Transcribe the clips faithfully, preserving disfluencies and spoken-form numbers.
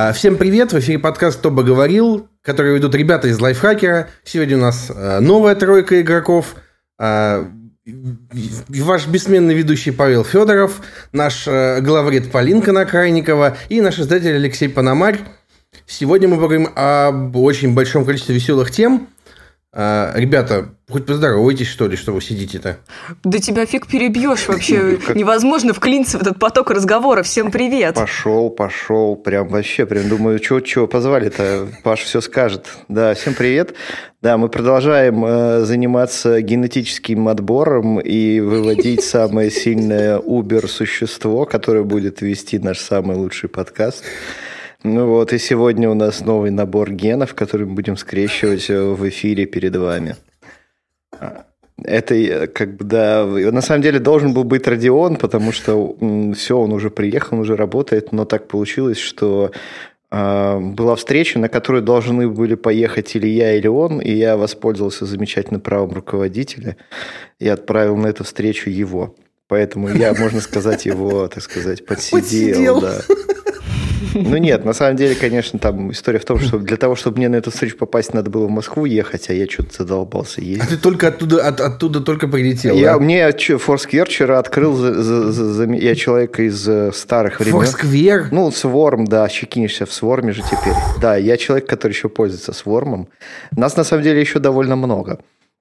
Всем привет, в эфире подкаст «Кто бы говорил», который ведут ребята из Лайфхакера. Сегодня у нас новая тройка игроков. Ваш бессменный ведущий Павел Федоров, наш главред Полина Конокрайникова и наш издатель Алексей Пономарь. Сегодня мы поговорим об очень большом количестве веселых тем. Ребята, хоть поздоровайтесь, что ли, что вы сидите-то? Да тебя фиг перебьешь вообще. Невозможно вклиниться в этот поток разговора. Всем привет. Пошел, пошел. Прям вообще, прям думаю, чего позвали-то? Паш все скажет. Да, всем привет. Да, мы продолжаем э, заниматься генетическим отбором и выводить самое сильное убер-существо, которое будет вести наш самый лучший подкаст. Ну вот, и сегодня у нас новый набор генов, который мы будем скрещивать в эфире перед вами. Это как бы, да, на самом деле должен был быть Родион, потому что все, он уже приехал, он уже работает, но так получилось, что э, была встреча, на которую должны были поехать или я, или он, и я воспользовался замечательным правом руководителя и отправил на эту встречу его. Поэтому я, можно сказать, его, так сказать, подсидел, да. Ну нет, на самом деле, конечно, там история в том, что для того, чтобы мне на эту встречу попасть, надо было в Москву ехать, а я что-то задолбался ездить. А ты только оттуда, от, оттуда только прилетел, я, да? Мне Форсквер вчера открыл, за, за, за, за, я человек из старых времен. Форсквер? Ну, Сворм, да, щекинешься в Сворме же теперь. Да, я человек, который еще пользуется Свормом. Нас, на самом деле, еще довольно много.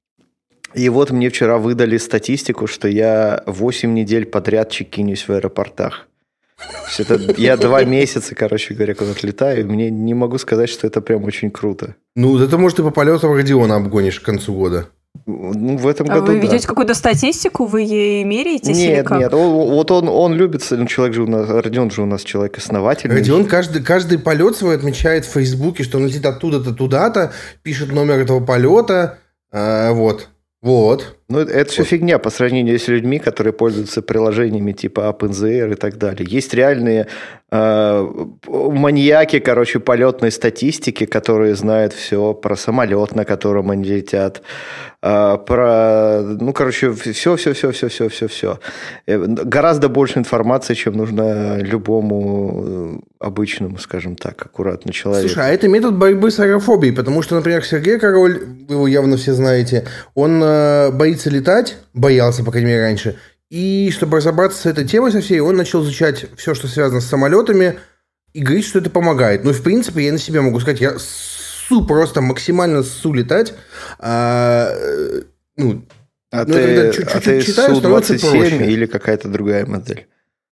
И вот мне вчера выдали статистику, что я восемь недель подряд чекинюсь в аэропортах. Это, я два месяца, короче говоря, куда-то летаю, и мне не могу сказать, что это прям очень круто. Ну, это, может, ты по полетам Родиона обгонишь к концу года. Ну, в этом а году, вы да. ведете какую-то статистику? Вы ей меряетесь? Нет, или как? нет. Он, вот он, он любит, ну, человек же у нас, Родион же у нас человек основательный. Родион каждый, каждый полет свой отмечает в Фейсбуке, что он летит оттуда-то туда-то, пишет номер этого полета, э, вот. Вот. Ну, это, это все вот. Фигня по сравнению с людьми, которые пользуются приложениями типа OpenZR и так далее. Есть реальные э, маньяки, короче, полетной статистики, которые знают все про самолет, на котором они летят, э, про, ну, короче, все, все, все, все, все, все, все. Гораздо больше информации, чем нужно любому обычному, скажем так, аккуратно человеку. Слушай, а это метод борьбы с аэрофобией, потому что, например, Сергей Король, вы его явно все знаете, он э, боится летать, боялся, по крайней мере, раньше. И чтобы разобраться с этой темой со всей, он начал изучать все, что связано с самолетами, и говорит, что это помогает. Ну, и, в принципе, я на себя могу сказать, я ссу, просто максимально ссу летать. А, ну, а ну, ты, чуть-чуть а ты читаю, Су двадцать семь или какая-то другая модель?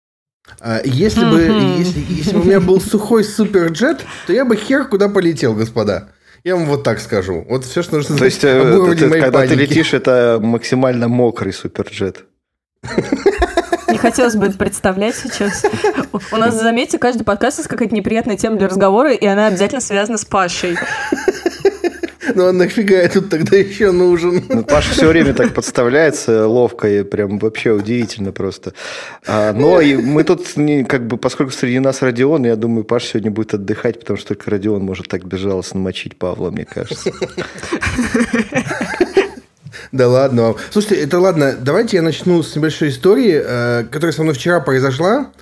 Если бы, если, если бы у меня был сухой суперджет, то я бы хер куда полетел, господа. Я вам вот так скажу. Вот все, что нужно знать. То есть, это, когда паники. Ты летишь, это максимально мокрый суперджет. Не хотелось бы это представлять сейчас. У нас, заметьте, каждый подкаст есть какая-то неприятная тема для разговора, и она обязательно связана с Пашей. Ну, а нафига я тут тогда еще нужен? Ну, Паша все время так подставляется ловко, и прям вообще удивительно просто. А, но и мы тут, как бы, поскольку среди нас Родион, я думаю, Паша сегодня будет отдыхать, потому что только Родион может так безжалостно мочить Павла, мне кажется. Да ладно. Слушайте, это ладно, давайте я начну с небольшой истории, которая со мной вчера произошла.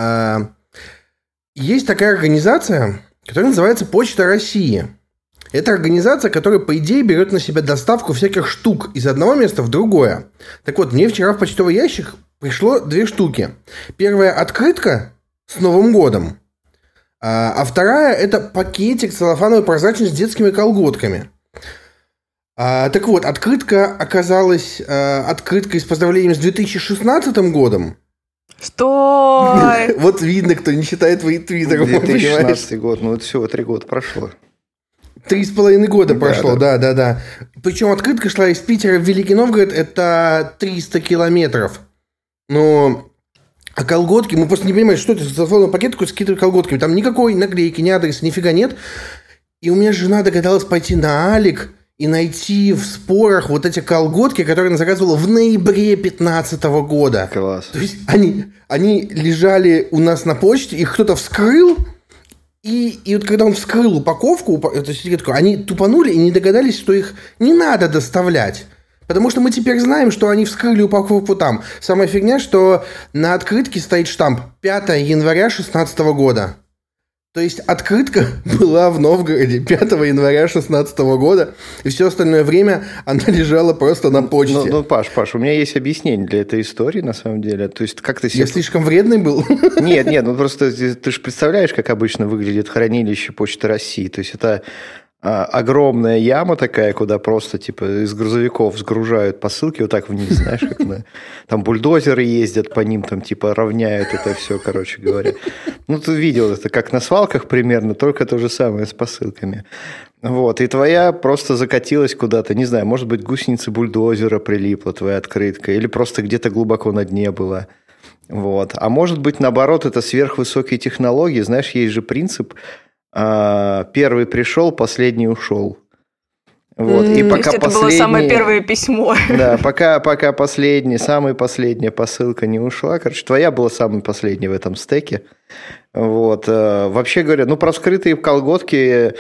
Есть такая организация, которая называется «Почта России». Это организация, которая, по идее, берет на себя доставку всяких штук из одного места в другое. Так вот, мне вчера в почтовый ящик пришло две штуки. Первая – открытка с Новым годом, а вторая – это пакетик целлофановый прозрачный с детскими колготками. А, так вот, открытка оказалась а, открыткой с поздравлением с две тысячи шестнадцатым годом. Что? Вот видно, кто не читает твои твиттеры. две тысячи шестнадцатый год, ну это всего три года прошло. Три с половиной года да, прошло, да. да, да, да. Причем открытка шла из Питера в Великий Новгород, это триста километров. Но а колготки, мы просто не понимаем, что это за целлофановый пакет с какими-то колготками. Там никакой наклейки, ни адреса, нифига нет. И у меня жена догадалась пойти на Алик и найти в спорах вот эти колготки, которые она заказывала в ноябре две тысячи пятнадцатого года. Класс. То есть они, они лежали у нас на почте, их кто-то вскрыл. И, и вот когда он вскрыл упаковку, то есть, они тупанули и не догадались, что их не надо доставлять. Потому что мы теперь знаем, что они вскрыли упаковку там. Самая фигня, что на открытке стоит штамп пятое января две тысячи шестнадцатого года. То есть открытка была в Новгороде пятого января шестнадцатого года, и все остальное время она лежала просто на почте. Ну, ну, Паш, Паш, у меня есть объяснение для этой истории, на самом деле. То есть, как ты себе... Я слишком вредный был? Нет, нет, ну просто ты, ты же представляешь, как обычно выглядит хранилище Почты России. То есть, это а, огромная яма такая, куда просто типа из грузовиков сгружают посылки вот так вниз, знаешь, как на... там бульдозеры ездят по ним, там типа равняют это все, короче говоря. Ну, ты видел это как на свалках примерно, только то же самое с посылками. Вот, и твоя просто закатилась куда-то, не знаю, может быть, гусеница бульдозера прилипла, твоя открытка, или просто где-то глубоко на дне была. Вот. А может быть, наоборот, это сверхвысокие технологии. Знаешь, есть же принцип «первый пришел, последний ушел». Вот. Mm, и пока то есть это последний... было самое первое письмо. Да, пока, пока последний, самая последняя посылка не ушла. Короче, твоя была самой последней в этом стеке. Вот. Вообще говоря, ну, про вскрытые колготки...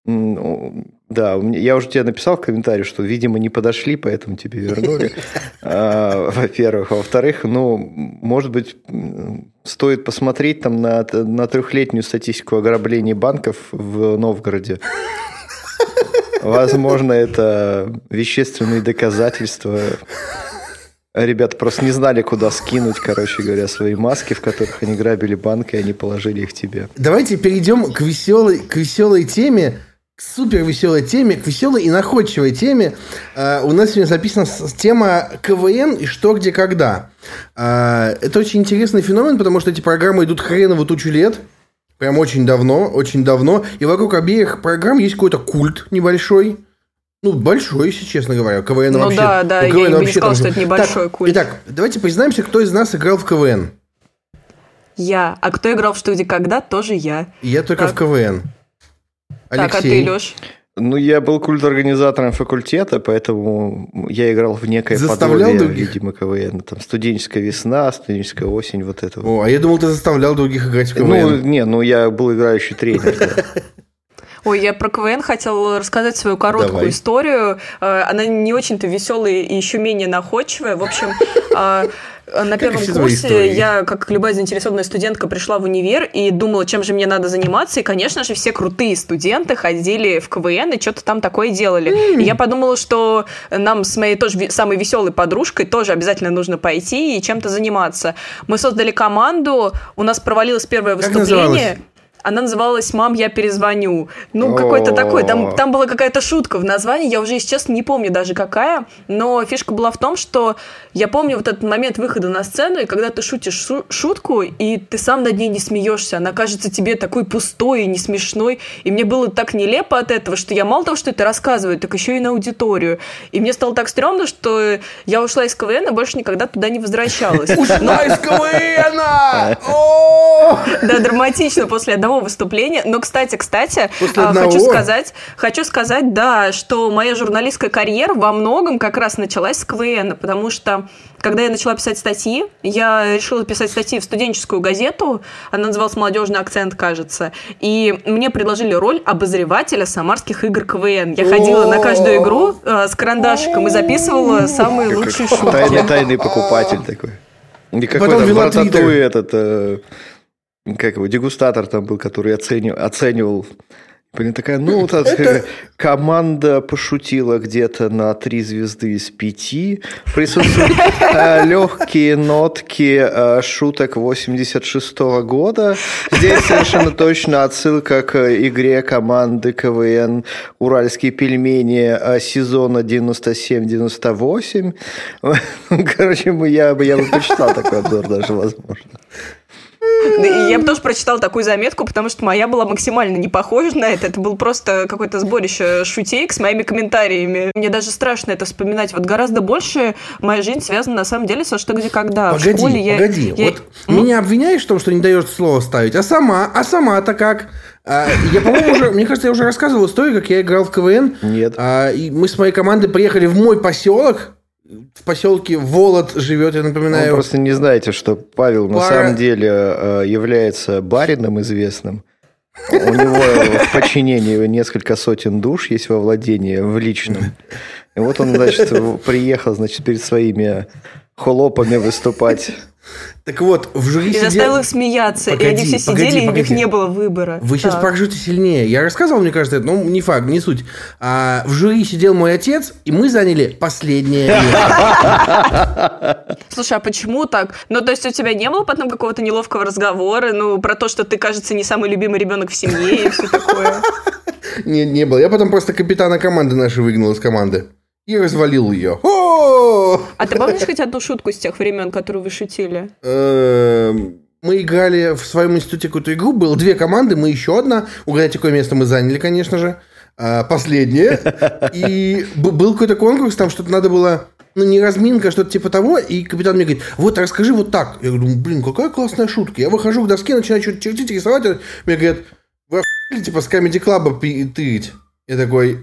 Да, я уже тебе написал в комментарии, что, видимо, не подошли, поэтому тебе вернули, во-первых. А во-вторых, ну, может быть, стоит посмотреть там на, на трехлетнюю статистику ограблений банков в Новгороде. Возможно, это вещественные доказательства. Ребята просто не знали, куда скинуть, короче говоря, свои маски, в которых они грабили банк, и они положили их тебе. Давайте перейдем к веселой, к веселой теме, к супер веселой теме, к веселой и находчивой теме. Uh, у нас сегодня записана тема КВН и что, где, когда. Uh, это очень интересный феномен, потому что эти программы идут хреново тучу лет. Прям очень давно, очень давно. И вокруг обеих программ есть какой-то культ небольшой. Ну, большой, если честно говоря. КВН ну, вообще... да, да, я бы не сказал, что это небольшой так, культ. Итак, давайте признаемся, кто из нас играл в КВН. Я. А кто играл в «Что, где, когда», тоже я. Я только так. в КВН. Алексей. Так, а ты, Лёш? Ну, я был культорганизатором факультета, поэтому я играл в некое заставлял подобие, других? видимо, КВН. Там студенческая весна, студенческая осень, вот это. О, а я думал, ты заставлял других играть в КВН. Ну, не, ну я был играющий тренер, да. Ой, я про КВН хотела рассказать свою короткую Давай. историю. Она не очень-то веселая и еще менее находчивая. В общем, на первом курсе я, как любая заинтересованная студентка, пришла в универ и думала, чем же мне надо заниматься. И, конечно же, все крутые студенты ходили в КВН и что-то там такое делали. Mm. И я подумала, что нам с моей тоже самой веселой подружкой тоже обязательно нужно пойти и чем-то заниматься. Мы создали команду, у нас провалилось первое выступление. Она называлась «Мам, я перезвоню». Ну, какой-то такой. Там, там была какая-то шутка в названии. Я уже, если честно, не помню даже какая. Но фишка была в том, что я помню вот этот момент выхода на сцену, и когда ты шутишь шу- шутку, и ты сам над ней не смеешься. Она кажется тебе такой пустой и не смешной. И мне было так нелепо от этого, что я мало того, что это рассказываю, так еще и на аудиторию. И мне стало так стрёмно, что я ушла из КВН и больше никогда туда не возвращалась. Ушла из КВН! Да, драматично после одного выступления. Но, кстати, кстати, После хочу одного? сказать, хочу сказать, да, что моя журналистская карьера во многом как раз началась с КВН, потому что когда я начала писать статьи, я решила писать статьи в студенческую газету, она называлась «Молодежный акцент», кажется, и мне предложили роль обозревателя самарских игр КВН. Я ходила на каждую игру с карандашиком и записывала самые лучшие шутки. Тайный, тайный покупатель такой. И какой-то в Рататуе этот... Как его, дегустатор там был, который оценивал, оценивал. Блин, такая, ну, вот это... команда пошутила где-то на три звезды из пяти. Присутствуют э, легкие нотки э, шуток восемьдесят шестого года. Здесь совершенно точно отсылка к игре команды КВН «Уральские пельмени» э, сезона девяносто семь девяносто восемь. Короче, я бы, я бы почитал такой обзор даже, возможно. Я бы тоже прочитала такую заметку, потому что моя была максимально не похожа на это. Это был просто какое-то сборище шутеек с моими комментариями. Мне даже страшно это вспоминать. Вот гораздо больше моя жизнь связана на самом деле со «Что, где, когда». Погоди, в школе погоди. Я... Вот я... меня обвиняешь в том, что не даешь слово ставить, а сама, а сама-то как? А, я, по-моему, уже, мне кажется, я уже рассказывал историю, как я играл в КВН. Нет. А, и мы с моей командой приехали в мой поселок. В поселке Волод живет, я напоминаю. Вы просто не знаете, что Павел Пара... на самом деле является барином известным. У него в подчинении несколько сотен душ есть во владении, в личном. И вот он, значит, приехал, значит, перед своими холопами выступать Так вот, в жюри сидел... И заставил их смеяться, погоди, и они все сидели, погоди, и у них не было выбора. Вы так. Сейчас поржете сильнее. Я рассказывал, мне кажется, это, ну, не факт, не суть. А, в жюри сидел мой отец, и мы заняли последнее место. Слушай, а почему так? Ну, то есть у тебя не было потом какого-то неловкого разговора, ну, про то, что ты, кажется, не самый любимый ребенок в семье и все такое? Не, не было. Я потом просто капитана команды нашей выгнал из команды. И развалил ее. О! А ты помнишь хоть одну шутку с тех времен, которую вы шутили? Мы играли в своем институте какую-то игру. Было две команды, мы еще одна. Угадайте, какое место мы заняли, конечно же. Последнее. И был какой-то конкурс, там что-то надо было... Ну, не разминка, а что-то типа того. И капитан мне говорит, вот, расскажи вот так. Я говорю, блин, какая классная шутка. Я выхожу к доске, начинаю что-то чертить, рисовать. Мне говорят, вы охуели, типа, с Comedy Club тырить. Я такой,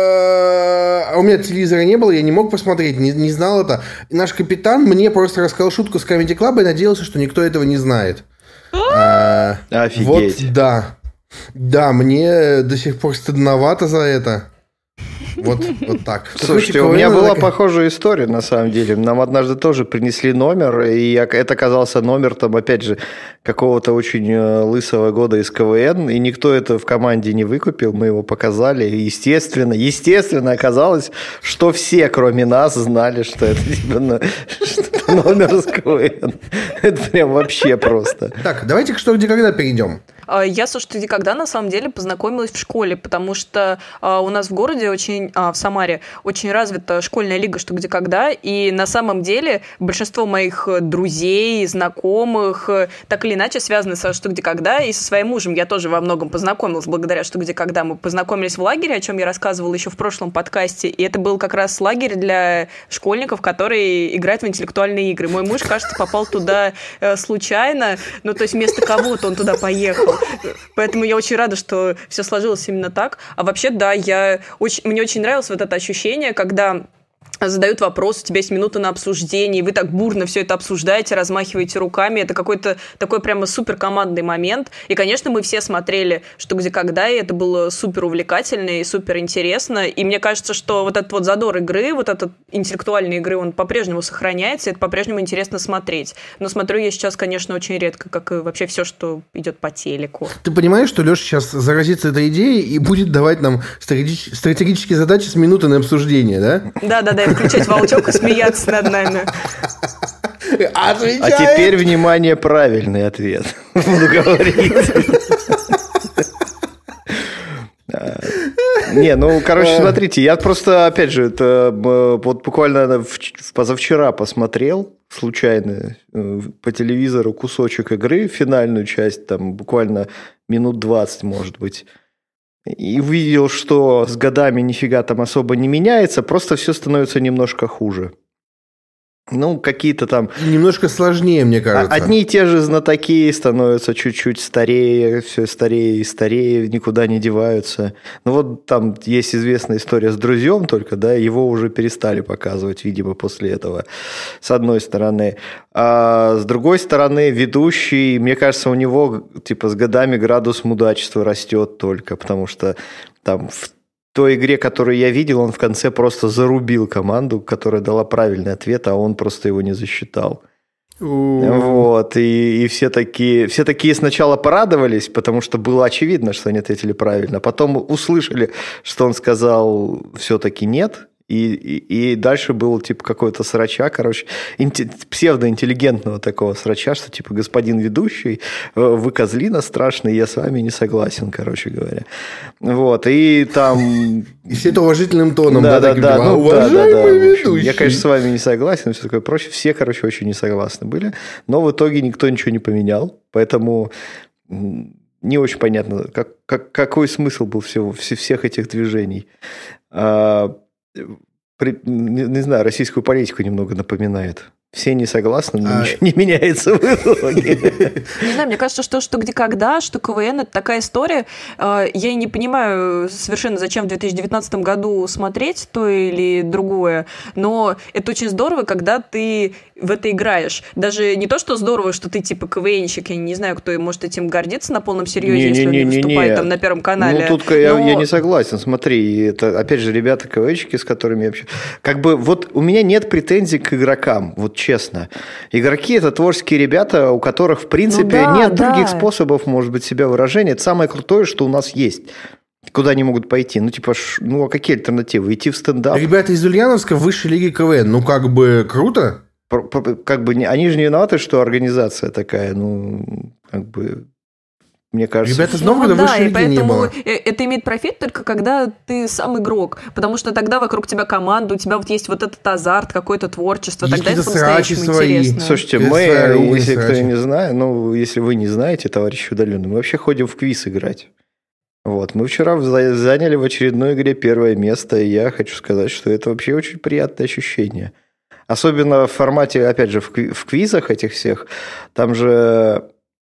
а у меня телевизора не было, я не мог посмотреть, не, не знал это. И наш капитан мне просто рассказал шутку с Comedy Club и надеялся, что никто этого не знает. А, Офигеть. Вот, да. Да, мне до сих пор стыдновато за это. Вот, вот так. Слушайте, у меня была похожая история, на самом деле. Нам однажды тоже принесли номер, и это оказался номер, там, опять же, какого-то очень лысого года из КВН, и никто это в команде не выкупил, мы его показали, и естественно, естественно оказалось, что все, кроме нас, знали, что это именно номер из КВН. Это прям вообще просто. Так, давайте к «Что, где, когда» перейдем. Я со «Что, где, когда» на самом деле познакомилась в школе, потому что у нас в городе очень, а, в Самаре очень развита школьная лига «Что, где, когда», и на самом деле большинство моих друзей, знакомых так или иначе связаны со «Что, где, когда», и со своим мужем я тоже во многом познакомилась благодаря «Что, где, когда». Мы познакомились в лагере, о чем я рассказывала еще в прошлом подкасте, и это был как раз лагерь для школьников, которые играют в интеллектуальные игры. Мой муж, кажется, попал туда э, случайно, ну, то есть вместо кого-то он туда поехал. Поэтому я очень рада, что все сложилось именно так. А вообще, да, я очень, мне очень нравилось вот это ощущение, когда задают вопрос, у тебя есть минута на обсуждение, и вы так бурно все это обсуждаете, размахиваете руками. Это какой-то такой прямо суперкомандный момент. И, конечно, мы все смотрели «Что, где, когда», и это было супер увлекательно и супер интересно. И мне кажется, что вот этот вот задор игры, вот этот интеллектуальной игры, он по-прежнему сохраняется, и это по-прежнему интересно смотреть. Но смотрю я сейчас, конечно, очень редко, как и вообще все, что идет по телеку. Ты понимаешь, что Леша сейчас заразится этой идеей и будет давать нам стратегические задачи с минуты на обсуждение, да? Да-да-да. Включать волчок и смеяться над нами. Отвечает. А теперь, внимание, правильный ответ. Буду говорить. Не, ну, короче, смотрите, я просто, опять же, это вот буквально позавчера посмотрел случайно по телевизору кусочек игры, финальную часть, там буквально минут двадцать, может быть. И увидел, что с годами нифига там особо не меняется, просто все становится немножко хуже. Ну, какие-то там... Немножко сложнее, мне кажется. Одни и те же знатоки становятся чуть-чуть старее, все старее и старее, никуда не деваются. Ну, вот там есть известная история с «Друзьем» только, да, его уже перестали показывать, видимо, после этого, с одной стороны. А с другой стороны, ведущий, мне кажется, у него, типа, с годами градус мудачества растет только, потому что там... в той игре, которую я видел, он в конце просто зарубил команду, которая дала правильный ответ, а он просто его не засчитал. У-у-у. Вот, и, и все, такие, все такие сначала порадовались, потому что было очевидно, что они ответили правильно, потом услышали, что он сказал все-таки нет, и, и, и дальше был типа какой-то срача, короче, инте- псевдоинтеллигентного такого срача, что типа господин ведущий, вы козлина страшный, я с вами не согласен, короче говоря. Вот, и там... И все это уважительным тоном, да, да, да, да, да, ну, уважаемый да, да, да. ведущий. Я, конечно, с вами не согласен, все такое прочее. Все, короче, очень не согласны были, но в итоге никто ничего не поменял, поэтому... Не очень понятно, как, как, какой смысл был всего, всех этих движений. А, при, не, не знаю, российскую политику немного напоминает. Все не согласны, но а... ничего не меняется в итоге. Не знаю, мне кажется, что «Что, где, когда», что КВН – это такая история. Я и не понимаю совершенно, зачем в две тысячи девятнадцатом году смотреть то или другое, но это очень здорово, когда ты в это играешь. Даже не то, что здорово, что ты типа КВНщик, я не знаю, кто может этим гордиться на полном серьезе, если он не выступает там на Первом канале. Ну, тут но... я, я не согласен. Смотри, это, опять же, ребята КВНщики, с которыми я общаюсь. Как бы вот у меня нет претензий к игрокам, вот честно. Игроки – это творческие ребята, у которых, в принципе, ну, да, нет да. других способов, может быть, себя выражения. Это самое крутое, что у нас есть. Куда они могут пойти? Ну, типа, ну, а какие альтернативы? Идти в стендап? Ребята из Ульяновска в высшей лиге КВН. Ну, как бы, круто. Как бы, они же не виноваты, что организация такая, ну, как бы... Мне кажется, ребята из Новгорода ну, выше да, лиги не было. Это имеет профит только когда ты сам игрок, потому что тогда вокруг тебя команда, у тебя вот есть вот этот азарт, какое-то творчество, есть тогда это по-настоящему интересно. Слушайте, мы, если кто не знает, ну, если вы не знаете, товарищи удаленные, мы вообще ходим в квиз играть. Вот, мы вчера заняли в очередной игре первое место, и я хочу сказать, что это вообще очень приятное ощущение. Особенно в формате, опять же, в квизах этих всех, там же...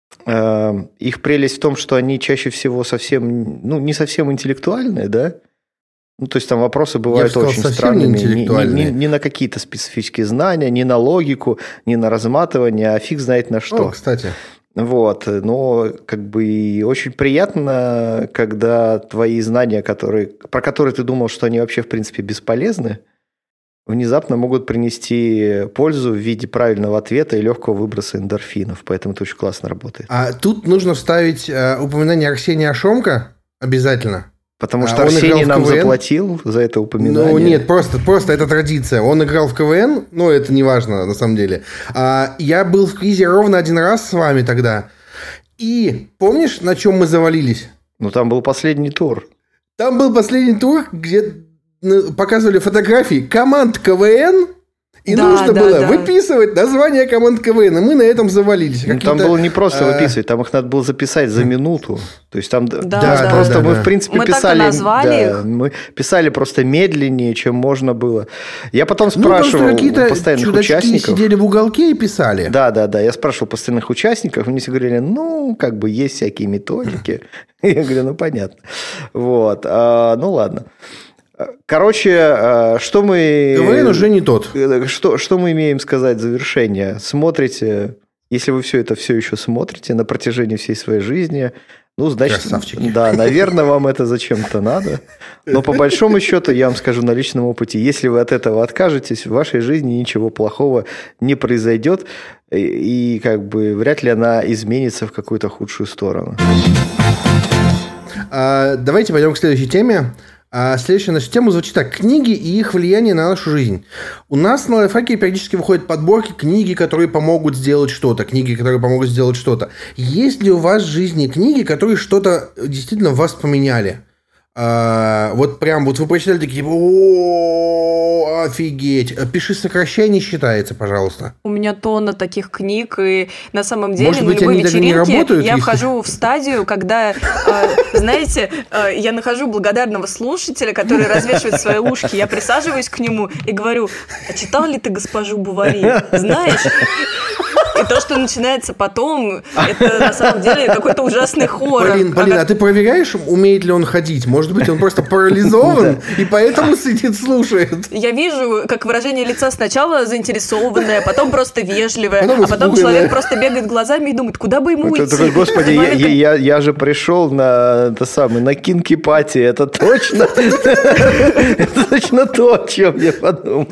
Их прелесть в том, что они чаще всего совсем, ну, не совсем интеллектуальные, да? Ну, то есть там вопросы бывают сказал, очень странными. Не, не, не, не на какие-то специфические знания, не на логику, не на разматывание, а фиг знает на что. О, кстати. Вот, но как бы и очень приятно, когда твои знания, которые, про которые ты думал, что они вообще в принципе бесполезны, внезапно могут принести пользу в виде правильного ответа и легкого выброса эндорфинов. Поэтому это очень классно работает. А тут нужно вставить э, упоминание Арсения Ашомка обязательно. Потому что а Арсений нам заплатил за это упоминание. Ну, нет, просто, просто это традиция. Он играл в КВН, но это не важно на самом деле. А, я был в квизе ровно один раз с вами тогда. И помнишь, на чем мы завалились? Ну, там был последний тур. Там был последний тур, где... показывали фотографии команд КВН, и да, нужно да, было да. выписывать название команд КВН, и мы на этом завалились. Ну, там было не просто выписывать, там их надо было записать за минуту. То есть там да, да, просто да, мы, да. в принципе, мы писали... Мы назвали да, мы писали просто медленнее, чем можно было. Я потом спрашивал ну, у постоянных участников... сидели в уголке и писали. Да, да, да. Я спрашивал постоянных участников, мне все говорили, ну, как бы есть всякие методики. Я говорю, ну, понятно. Вот. Ну, ладно. Короче, что мы... КВН уже не тот. Что, что мы имеем сказать в завершение? Смотрите, если вы все это все еще смотрите на протяжении всей своей жизни, ну, значит... Красавчики. Да, наверное, вам это зачем-то надо. Но по большому счету, я вам скажу на личном опыте, если вы от этого откажетесь, в вашей жизни ничего плохого не произойдет, и как бы вряд ли она изменится в какую-то худшую сторону. А, давайте пойдем к следующей теме. А следующая наша тема звучит так. Книги и их влияние на нашу жизнь. У нас на Лайфхакере периодически выходят подборки книги, которые помогут сделать что-то. Книги, которые помогут сделать что-то. Есть ли у вас в жизни книги, которые что-то действительно в вас поменяли? А, вот прям, вот вы прочитали такие, о, офигеть. Пиши сокращай не считается, пожалуйста. У меня тонна таких книг, и на самом деле Может на быть, любой они вечеринке даже не работают, я если... вхожу в стадию, когда, знаете, я нахожу благодарного слушателя, который развешивает свои ушки, я присаживаюсь к нему и говорю, а читал ли ты госпожу Бовари? Знаешь? И то, что начинается потом, это на самом деле какой-то ужасный хоррор. Полин, Полин, а, а ты проверяешь, умеет ли он ходить? Может быть, он просто парализован и поэтому сидит, слушает. Я вижу, как выражение лица сначала заинтересованное, потом просто вежливое, а потом человек просто бегает глазами и думает, куда бы ему уйти. Господи, я же пришел на это самое, на кинки-пати, это точно, это точно то, о чем я подумал.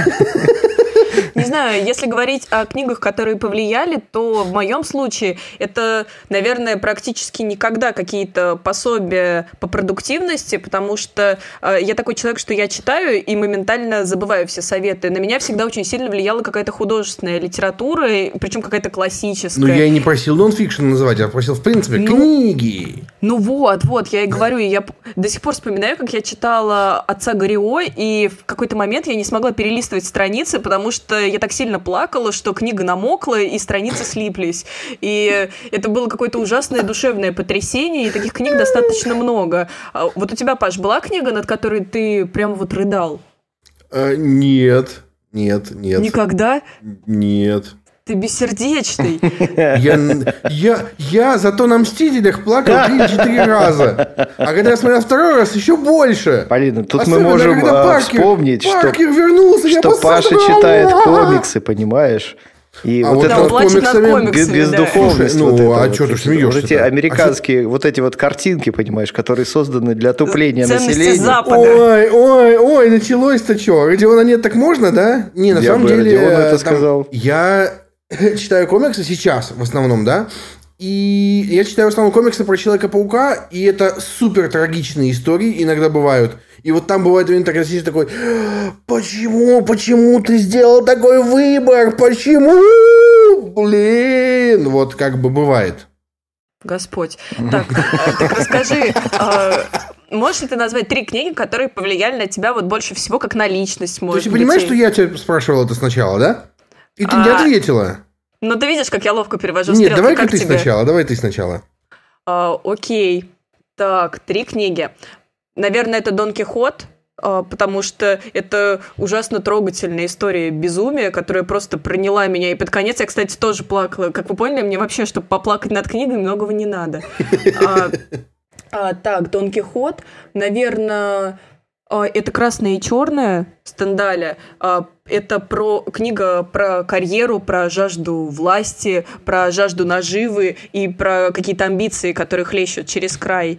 Не знаю, если говорить о книгах, которые повлияли, то в моем случае это, наверное, практически никогда какие-то пособия по продуктивности, потому что э, я такой человек, что я читаю и моментально забываю все советы. На меня всегда очень сильно влияла какая-то художественная литература, причем какая-то классическая. Ну, я и не просил нон-фикшн называть, я просил, в принципе, ну, книги. Ну вот, вот, я и говорю, и я до сих пор вспоминаю, как я читала «Отца Горио», и в какой-то момент я не смогла перелистывать страницы, потому что я так сильно плакала, что книга намокла, и страницы слиплись. И это было какое-то ужасное душевное потрясение, и таких книг достаточно много. Вот у тебя, Паш, была книга, над которой ты прямо вот рыдал? А, нет, нет, нет. Никогда? Нет. Ты бессердечный. Я, я, я зато на «Мстителях» плакал три-четыре раза. А когда я смотрел второй раз, еще больше. Полина, тут особенно, мы можем а, Паркер, вспомнить, Паркер что, вернулся, что Паша читает комиксы, понимаешь? И а вот вот это над вот комиксами, без, без да. духовности. Ну, вот это а вот, что ты смеешься? Вот эти американские, а вот эти вот картинки, понимаешь, которые созданы для тупления Ценности населения. Запада. Ой, ой, ой, началось-то что? Родиона нет, так можно, да? Не, на Я самом бы деле... Родиону это там, сказал. Я читаю комиксы сейчас, в основном, да? И я читаю в основном комиксы про Человека-паука, и это супер трагичные истории иногда бывают. И вот там бывает момент, когда сидишь такой: почему, почему ты сделал такой выбор? Почему? Блин, вот как бы бывает. Господь. Так, так расскажи, можешь ли ты назвать три книги, которые повлияли на тебя вот больше всего как на личность, может быть? То есть, понимаешь, что я тебя спрашивал это сначала, да? И ты не ответила. Ну, ты видишь, как я ловко перевожу стрелки. Нет, давай-ка ты тебе? сначала, давай ты сначала. А, окей. Так, три книги. Наверное, это Дон Кихот, а, потому что это ужасно трогательная история безумия, которая просто проняла меня. И под конец я, кстати, тоже плакала. Как вы поняли, мне вообще, чтобы поплакать над книгой, многого не надо. А, а, так, Дон Кихот. Наверное... Это «Красное и черное» Стендаля. Это про книга про карьеру, про жажду власти, про жажду наживы и про какие-то амбиции, которые хлещут через край.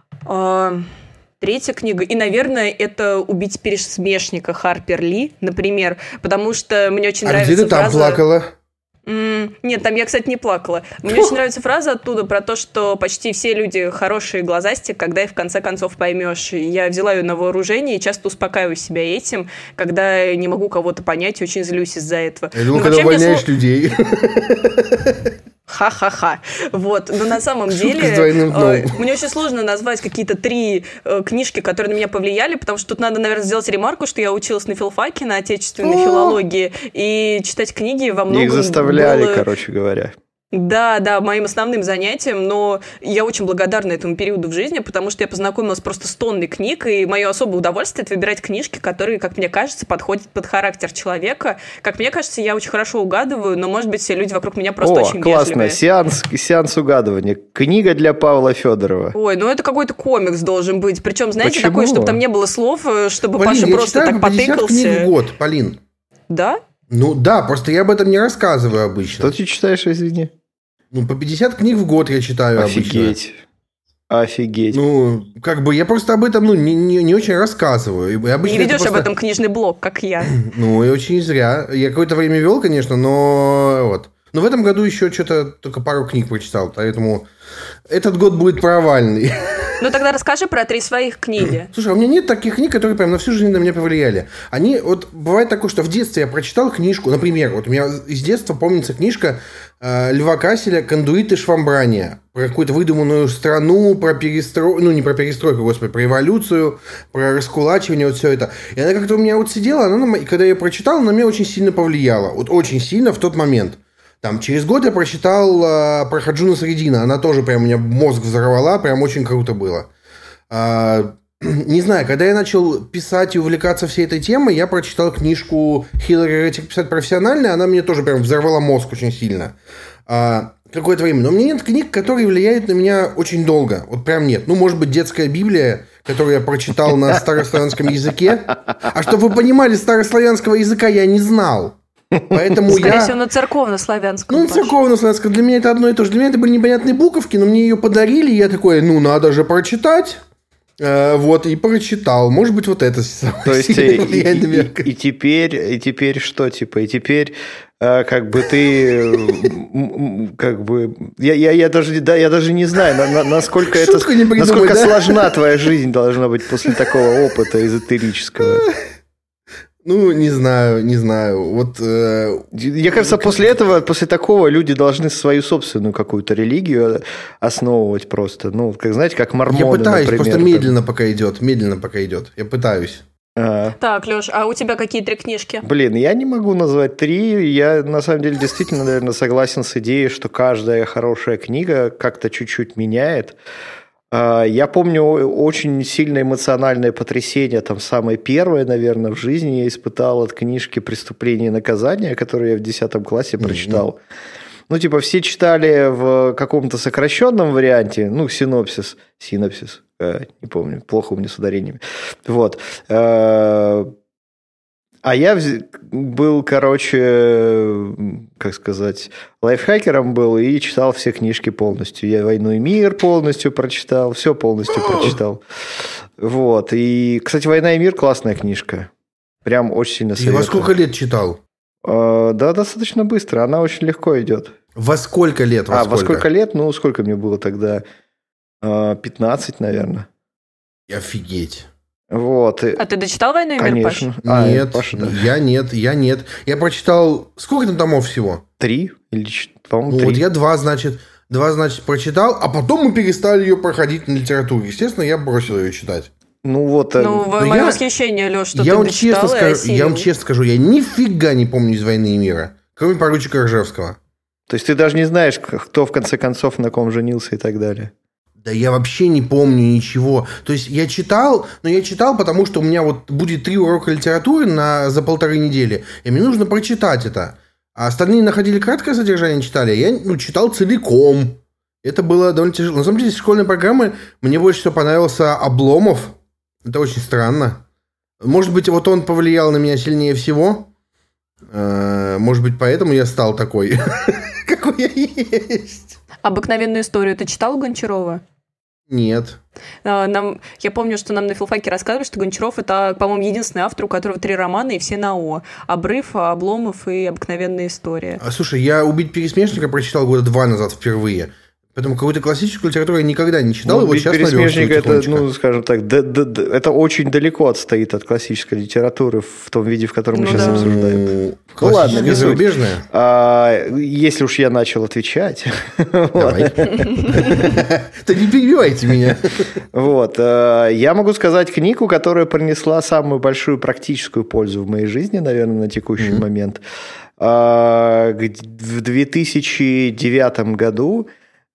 Третья книга. И, наверное, это «Убить пересмешника» Харпер Ли, например, потому что мне очень а нравится где ты фраза... там плакала? Нет, там я, кстати, не плакала. Мне очень нравится фраза оттуда про то, что почти все люди хорошие глазасти, когда их в конце концов поймешь. Я взяла ее на вооружение и часто успокаиваю себя этим, когда не могу кого-то понять и очень злюсь из-за этого. Я думал, когда увольняешь слов... людей. Ха-ха-ха. Вот. Но на самом Шутка деле э, мне очень сложно назвать какие-то три э, книжки, которые на меня повлияли, потому что тут надо, наверное, сделать ремарку, что я училась на филфаке, на отечественной филологии, и читать книги во многом... Их заставляли, было... короче говоря. Да, да, моим основным занятием, но я очень благодарна этому периоду в жизни, потому что я познакомилась просто с тонной книг, и мое особое удовольствие – это выбирать книжки, которые, как мне кажется, подходят под характер человека. Как мне кажется, я очень хорошо угадываю, но, может быть, все люди вокруг меня просто О, очень классно. вежливые. Сеанс, сеанс угадывания. Книга для Павла Федорова. Ой, ну это какой-то комикс должен быть. Причем, знаете, Почему? такой, чтобы там не было слов, чтобы Полин, Паша я просто читаю так по пятьдесят потыкался. книг в год, Полин. Да? Ну да, просто я об этом не рассказываю обычно. Что ты читаешь, извини? Ну, по пятьдесят книг в год я читаю обычно. Офигеть. Офигеть. Ну, как бы я просто об этом ну, не, не, не очень рассказываю. И обычно не ведешь просто... об этом книжный блог, как я. Ну, и очень зря. Я какое-то время вел, конечно, но вот. Но в этом году еще что-то только пару книг прочитал, поэтому этот год будет провальный. Ну, тогда расскажи про три своих книги. Слушай, а у меня нет таких книг, которые прям на всю жизнь на меня повлияли. Они, вот, бывает такое, что в детстве я прочитал книжку, например, вот у меня из детства помнится книжка э, Льва Касселя «Кондуит и швамбрания». Про какую-то выдуманную страну, про перестройку, ну, не про перестройку, господи, про эволюцию, про раскулачивание, вот все это. И она как-то у меня вот сидела, она, на, когда я ее прочитал, она на меня очень сильно повлияла. Вот очень сильно в тот момент. Там, через год я прочитал э, про Хаджуна Средина. Она тоже прям у меня мозг взорвала. Прям очень круто было. Э, не знаю, когда я начал писать и увлекаться всей этой темой, я прочитал книжку Хиллари Ретик «Писать профессионально». Она мне тоже прям взорвала мозг очень сильно. Э, какое-то время. Но у меня нет книг, которые влияют на меня очень долго. Вот прям нет. Ну, может быть, детская Библия, которую я прочитал на старославянском языке. А чтобы вы понимали, старославянского языка я не знал. Поэтому Скорее я... всего, на церковно-славянском. Ну, на церковно-славянском. Для меня это одно и то же. Для меня это были непонятные буковки, но мне ее подарили, и я такой, ну, надо же прочитать. Э, вот, и прочитал. Может быть, вот это... То есть, и, и, и, и, теперь, и теперь что, типа, и теперь... Как бы ты, как бы, я, я, я, даже, да, я даже не знаю, на, на, насколько, это, придумай, насколько да? сложна твоя жизнь должна быть после такого опыта эзотерического. Ну, не знаю, не знаю. Вот, э, мне кажется, после этого, после такого люди должны свою собственную какую-то религию основывать просто. Ну, как знаете, как мормоны, я пытаюсь, например, просто медленно там. пока идет, медленно пока идет. Я пытаюсь. А. Так, Лёш, а у тебя какие три книжки? Блин, я не могу назвать три. Я, на самом деле, действительно, наверное, согласен с идеей, что каждая хорошая книга как-то чуть-чуть меняет. Я помню очень сильное эмоциональное потрясение, там самое первое, наверное, в жизни я испытал от книжки «Преступление и наказание», которую я в десятом классе прочитал. Mm-hmm. Ну, типа, все читали в каком-то сокращенном варианте, ну, синопсис, синопсис, э, не помню, плохо у меня с ударениями. Вот. А А я был, короче, как сказать, лайфхакером был и читал все книжки полностью. Я «Войну и мир» полностью прочитал, все полностью прочитал. Вот. И, кстати, «Война и мир» классная книжка. Прям очень сильно советую. И во сколько лет читал? Да, достаточно быстро. Она очень легко идет. Во сколько лет? Во а, сколько? во сколько лет? Ну, сколько мне было тогда? пятнадцать, наверное. Офигеть. Вот. А ты дочитал «Войну и мир», Конечно. Паш? А, нет, Паша, да. я нет, я нет. Я прочитал... Сколько там томов всего? Три? Или, по-моему, Ну, три. вот я два, значит, два, значит, прочитал, а потом мы перестали ее проходить на литературу. Естественно, я бросил ее читать. Ну, вот... Ну, э... мое я, восхищение, Леш, что я ты вам дочитал честно и скажу, осилил. Я вам честно скажу, я нифига не помню из «Войны и мира», кроме поручика Ржевского. То есть ты даже не знаешь, кто в конце концов на ком женился и так далее? Да я вообще не помню ничего. То есть я читал, но я читал, потому что у меня вот будет три урока литературы на, за полторы недели, и мне нужно прочитать это. А остальные находили краткое содержание, читали, а я ну, читал целиком. Это было довольно тяжело. На самом деле, из школьной программы мне больше всего понравился Обломов. Это очень странно. Может быть, вот он повлиял на меня сильнее всего. Может быть, поэтому я стал такой, какой я есть. «Обыкновенную историю» ты читал Гончарова? Нет. Нам, я помню, что нам на филфаке рассказывали, что Гончаров – это, по-моему, единственный автор, у которого три романа и все на «О». «Обрыв», «Обломов» и «Обыкновенная история». А, слушай, я «Убить пересмешника» прочитал года два назад впервые. Поэтому какую-то классическую литературу я никогда не читал. Ну, и вот сейчас пересмешник это, ну, скажем так, да, да, да, это очень далеко отстоит от классической литературы в том виде, в котором мы ну, сейчас да. обсуждаем. Ну ладно, не зарубежная. А, если уж я начал отвечать. Давай. Да не перебивайте меня. Вот. Я могу сказать книгу, которая принесла самую большую практическую пользу в моей жизни, наверное, на текущий момент. В две тысячи девятом году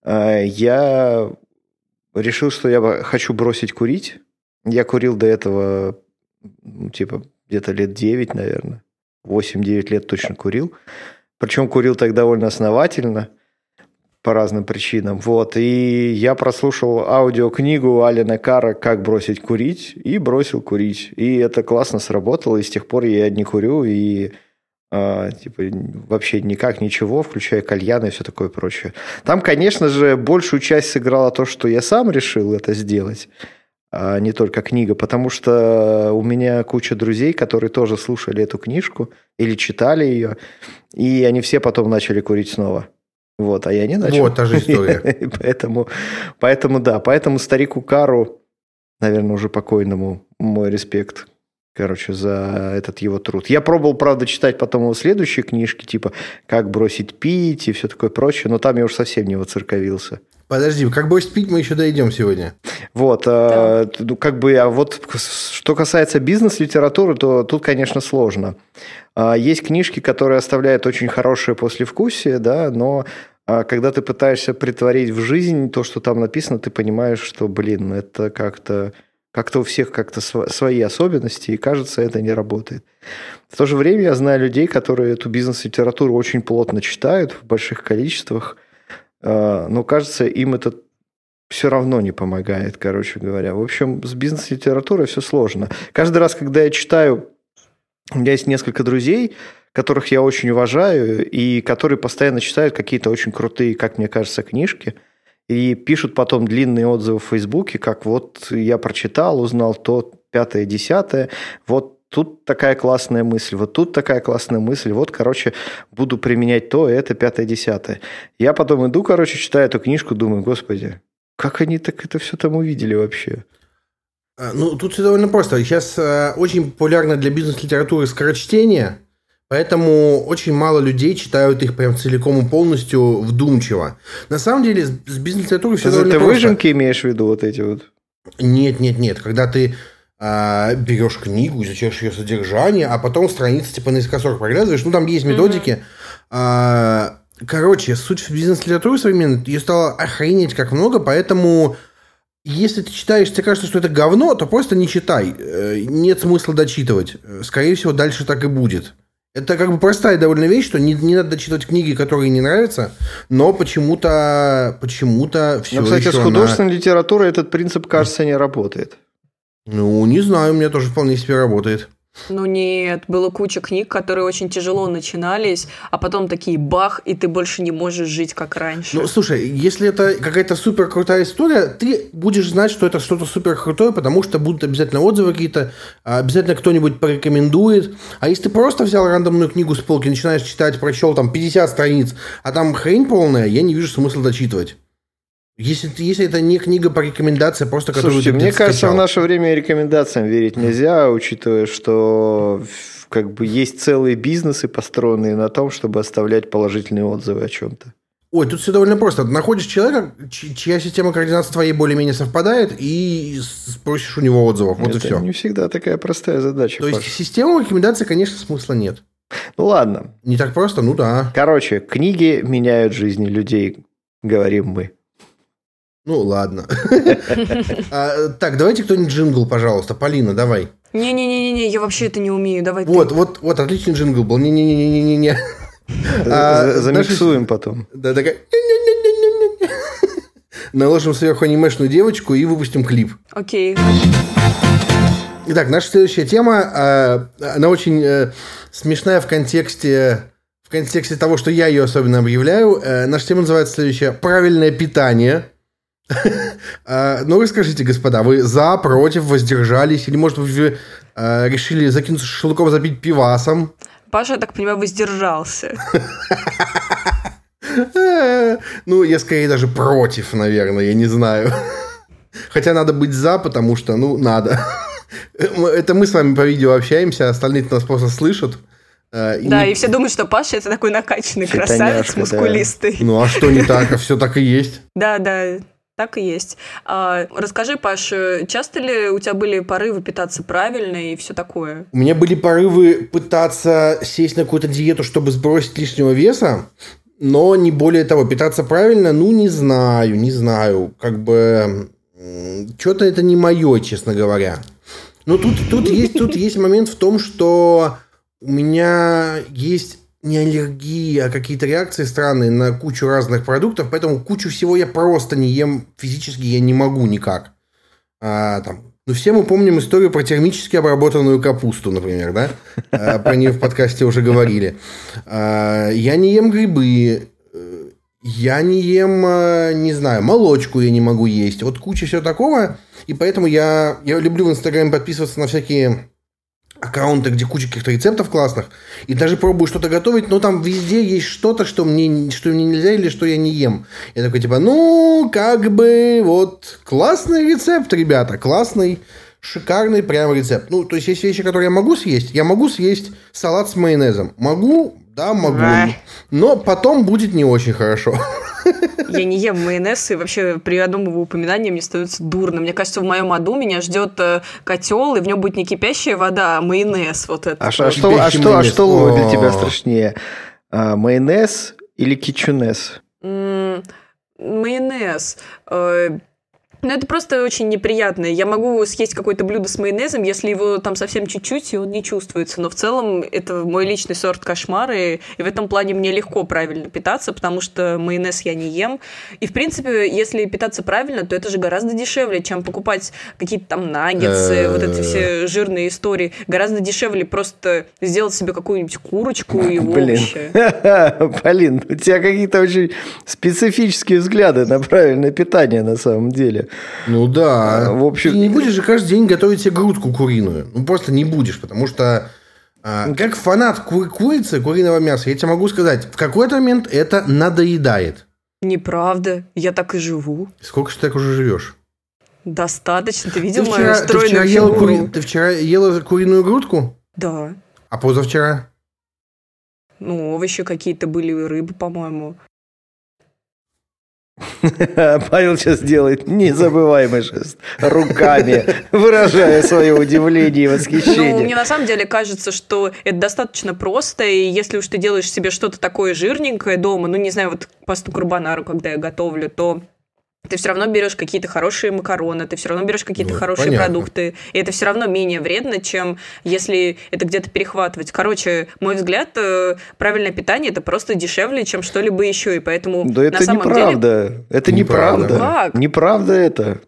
я решил, что я хочу бросить курить. Я курил до этого, ну, типа, где-то лет девять, наверное. восемь-девять лет точно курил. Причем курил так довольно основательно, по разным причинам. Вот. И я прослушал аудиокнигу Алена Карра «Как бросить курить» и бросил курить. И это классно сработало, и с тех пор я не курю, и... типа вообще никак ничего, включая кальян и все такое прочее. Там, конечно же, большую часть сыграло то, что я сам решил это сделать, а не только книга, потому что у меня куча друзей, которые тоже слушали эту книжку или читали ее, и они все потом начали курить снова. Вот, а я не начал. Вот та же история. поэтому, поэтому, да, поэтому старику Кару, наверное, уже покойному, мой респект. Короче, за этот его труд. Я пробовал, правда, читать потом его следующие книжки, типа «Как бросить пить» и все такое прочее, но там я уж совсем не воцерковился. Подожди, «Как бросить пить» мы еще дойдем сегодня. Вот, да. а, как бы, а вот что касается бизнес-литературы, то тут, конечно, сложно. А, есть книжки, которые оставляют очень хорошее послевкусие, да, но а, когда ты пытаешься претворить в жизнь то, что там написано, ты понимаешь, что, блин, это как-то... Как-то у всех как-то свои особенности, и, кажется, это не работает. В то же время я знаю людей, которые эту бизнес-литературу очень плотно читают в больших количествах, но, кажется, им это все равно не помогает, короче говоря. В общем, с бизнес-литературой все сложно. Каждый раз, когда я читаю, у меня есть несколько друзей, которых я очень уважаю, и которые постоянно читают какие-то очень крутые, как мне кажется, книжки, и пишут потом длинные отзывы в Фейсбуке, как вот я прочитал, узнал то, пятое, десятое, вот тут такая классная мысль, вот тут такая классная мысль, вот, короче, буду применять то, это, пятое, десятое. Я потом иду, короче, читаю эту книжку, думаю, господи, как они так это все там увидели вообще? Ну, тут все довольно просто. Сейчас э, очень популярно для бизнес-литературы скорочтение, поэтому очень мало людей читают их прям целиком и полностью вдумчиво. На самом деле, с бизнес-литературой все довольно просто. Ты просто. выжимки имеешь в виду вот эти вот? Нет, нет, нет. Когда ты э, берешь книгу, изучаешь ее содержание, а потом страницы типа наискосок проглядываешь, ну, там есть методики. Mm-hmm. Э, короче, суть бизнес-литературы современной, ее стало охренеть как много, поэтому... Если ты читаешь, тебе кажется, что это говно, то просто не читай. Нет смысла дочитывать. Скорее всего, дальше так и будет. Это как бы простая довольно вещь, что не, не надо дочитывать книги, которые не нравятся, но почему-то, почему-то все но, кстати, еще с художественной она... литературой этот принцип, кажется, не работает. Ну, не знаю, у меня тоже вполне себе работает. Ну нет, было куча книг, которые очень тяжело начинались, а потом такие бах, и ты больше не можешь жить как раньше. Ну, слушай, если это какая-то супер крутая история, ты будешь знать, что это что-то супер крутое, потому что будут обязательно отзывы какие-то, обязательно кто-нибудь порекомендует. А если ты просто взял рандомную книгу с полки, начинаешь читать, прочел там пятьдесят страниц, а там хрень полная, я не вижу смысла дочитывать. Если, если это не книга по рекомендации, просто которую Слушайте, ты мне кажется, скачал. в наше время рекомендациям верить нельзя, учитывая, что как бы есть целые бизнесы, построенные на том, чтобы оставлять положительные отзывы о чем-то. Ой, тут все довольно просто. Ты находишь человека, чья система координат с твоей более-менее совпадает, и спросишь у него отзывов. Вот это и все. Не всегда такая простая задача. То Паш. есть систему рекомендаций, конечно, смысла нет. Ну ладно. Не так просто, ну да. Короче, книги меняют жизни людей, говорим мы. Ну, ладно. Так, давайте кто-нибудь джингл, пожалуйста. Полина, давай. Не-не-не-не, я вообще это не умею. Давай Вот, ты. вот, вот, отличный джингл был. Не-не-не-не-не-не. Замиксуем потом. Да, такая... Наложим сверху анимешную девочку и выпустим клип. Окей. Итак, наша следующая тема, она очень смешная в контексте... В контексте того, что я ее особенно объявляю. Наша тема называется следующая «Правильное питание». Ну, расскажите, господа, вы за, против, воздержались? Или, может быть, вы э, решили закинуться шашлыком, запить пивасом? Паша, я так понимаю, воздержался. Ну, я скорее даже против, наверное, я не знаю. Хотя надо быть за, потому что, ну, надо. Это мы с вами по видео общаемся, остальные нас просто слышат. И да, не... и все думают, что Паша – это такой накачанный красавец, мускулистый. Да. Ну, а что не так? А все так и есть. Да, да. Так и есть. А, расскажи, Паш, часто ли у тебя были порывы питаться правильно и все такое? У меня были порывы пытаться сесть на какую-то диету, чтобы сбросить лишнего веса, но не более того. Питаться правильно, ну, не знаю, не знаю. Как бы, что-то это не мое, честно говоря. Но тут, тут, есть, тут есть момент в том, что у меня есть... не аллергии, а какие-то реакции странные на кучу разных продуктов, поэтому кучу всего я просто не ем, физически я не могу никак. А, там, ну, все мы помним историю про термически обработанную капусту, например, да? А, про нее в подкасте уже говорили. А, я не ем грибы, я не ем, не знаю, молочку я не могу есть. Вот куча всего такого, и поэтому я, я люблю в Инстаграме подписываться на всякие... аккаунты, где куча каких-то рецептов классных, и даже пробую что-то готовить, но там везде есть что-то, что мне, что мне нельзя или что я не ем. Я такой, типа, ну, как бы, вот, классный рецепт, ребята, классный, шикарный прям рецепт. Ну, то есть, есть вещи, которые я могу съесть. Я могу съесть салат с майонезом. Могу, да, могу. Ай. Но потом будет не очень хорошо. Я не ем майонез, и вообще при одном его упоминании мне становится дурно. Мне кажется, в моем аду меня ждет котел, и в нем будет не кипящая вода, а майонез. Вот это. А, а, что, а, что, а что для тебя страшнее? А, майонез или кичунез? М-м, майонез. Ну, это просто очень неприятно. Я могу съесть какое-то блюдо с майонезом, если его там совсем чуть-чуть, и он не чувствуется. Но в целом это мой личный сорт кошмара, и, и в этом плане мне легко правильно питаться, потому что майонез я не ем. И, в принципе, если питаться правильно, то это же гораздо дешевле, чем покупать какие-то там наггетсы, вот эти все жирные истории. Гораздо дешевле просто сделать себе какую-нибудь курочку и овощи. Полин, у тебя какие-то очень специфические взгляды на правильное питание на самом деле. Ну да. А, в общем... Ты не будешь же каждый день готовить себе грудку куриную. Ну просто не будешь, потому что а, как фанат ку- курицы, куриного мяса, я тебе могу сказать, в какой-то момент это надоедает. Неправда. Я так и живу. Сколько же ты так уже живешь? Достаточно. Ты видел ты мою вчера, стройную ты вчера фигуру? Ела кури... Ты вчера ела куриную грудку? Да. А позавчера? Ну, овощи какие-то были, рыбы, по-моему. Павел сейчас делает незабываемый жест руками, выражая свое удивление и восхищение. Ну, мне на самом деле кажется, что это достаточно просто, и если уж ты делаешь себе что-то такое жирненькое дома, ну, не знаю, вот пасту карбонару, когда я готовлю, то ты все равно берешь какие-то хорошие макароны, ты все равно берешь какие-то ну, хорошие понятно. продукты, и это все равно менее вредно, чем если это где-то перехватывать. Короче, мой взгляд, правильное питание – это просто дешевле, чем что-либо еще, и поэтому да на это самом неправда. деле… Это неправда. Как? Неправда это.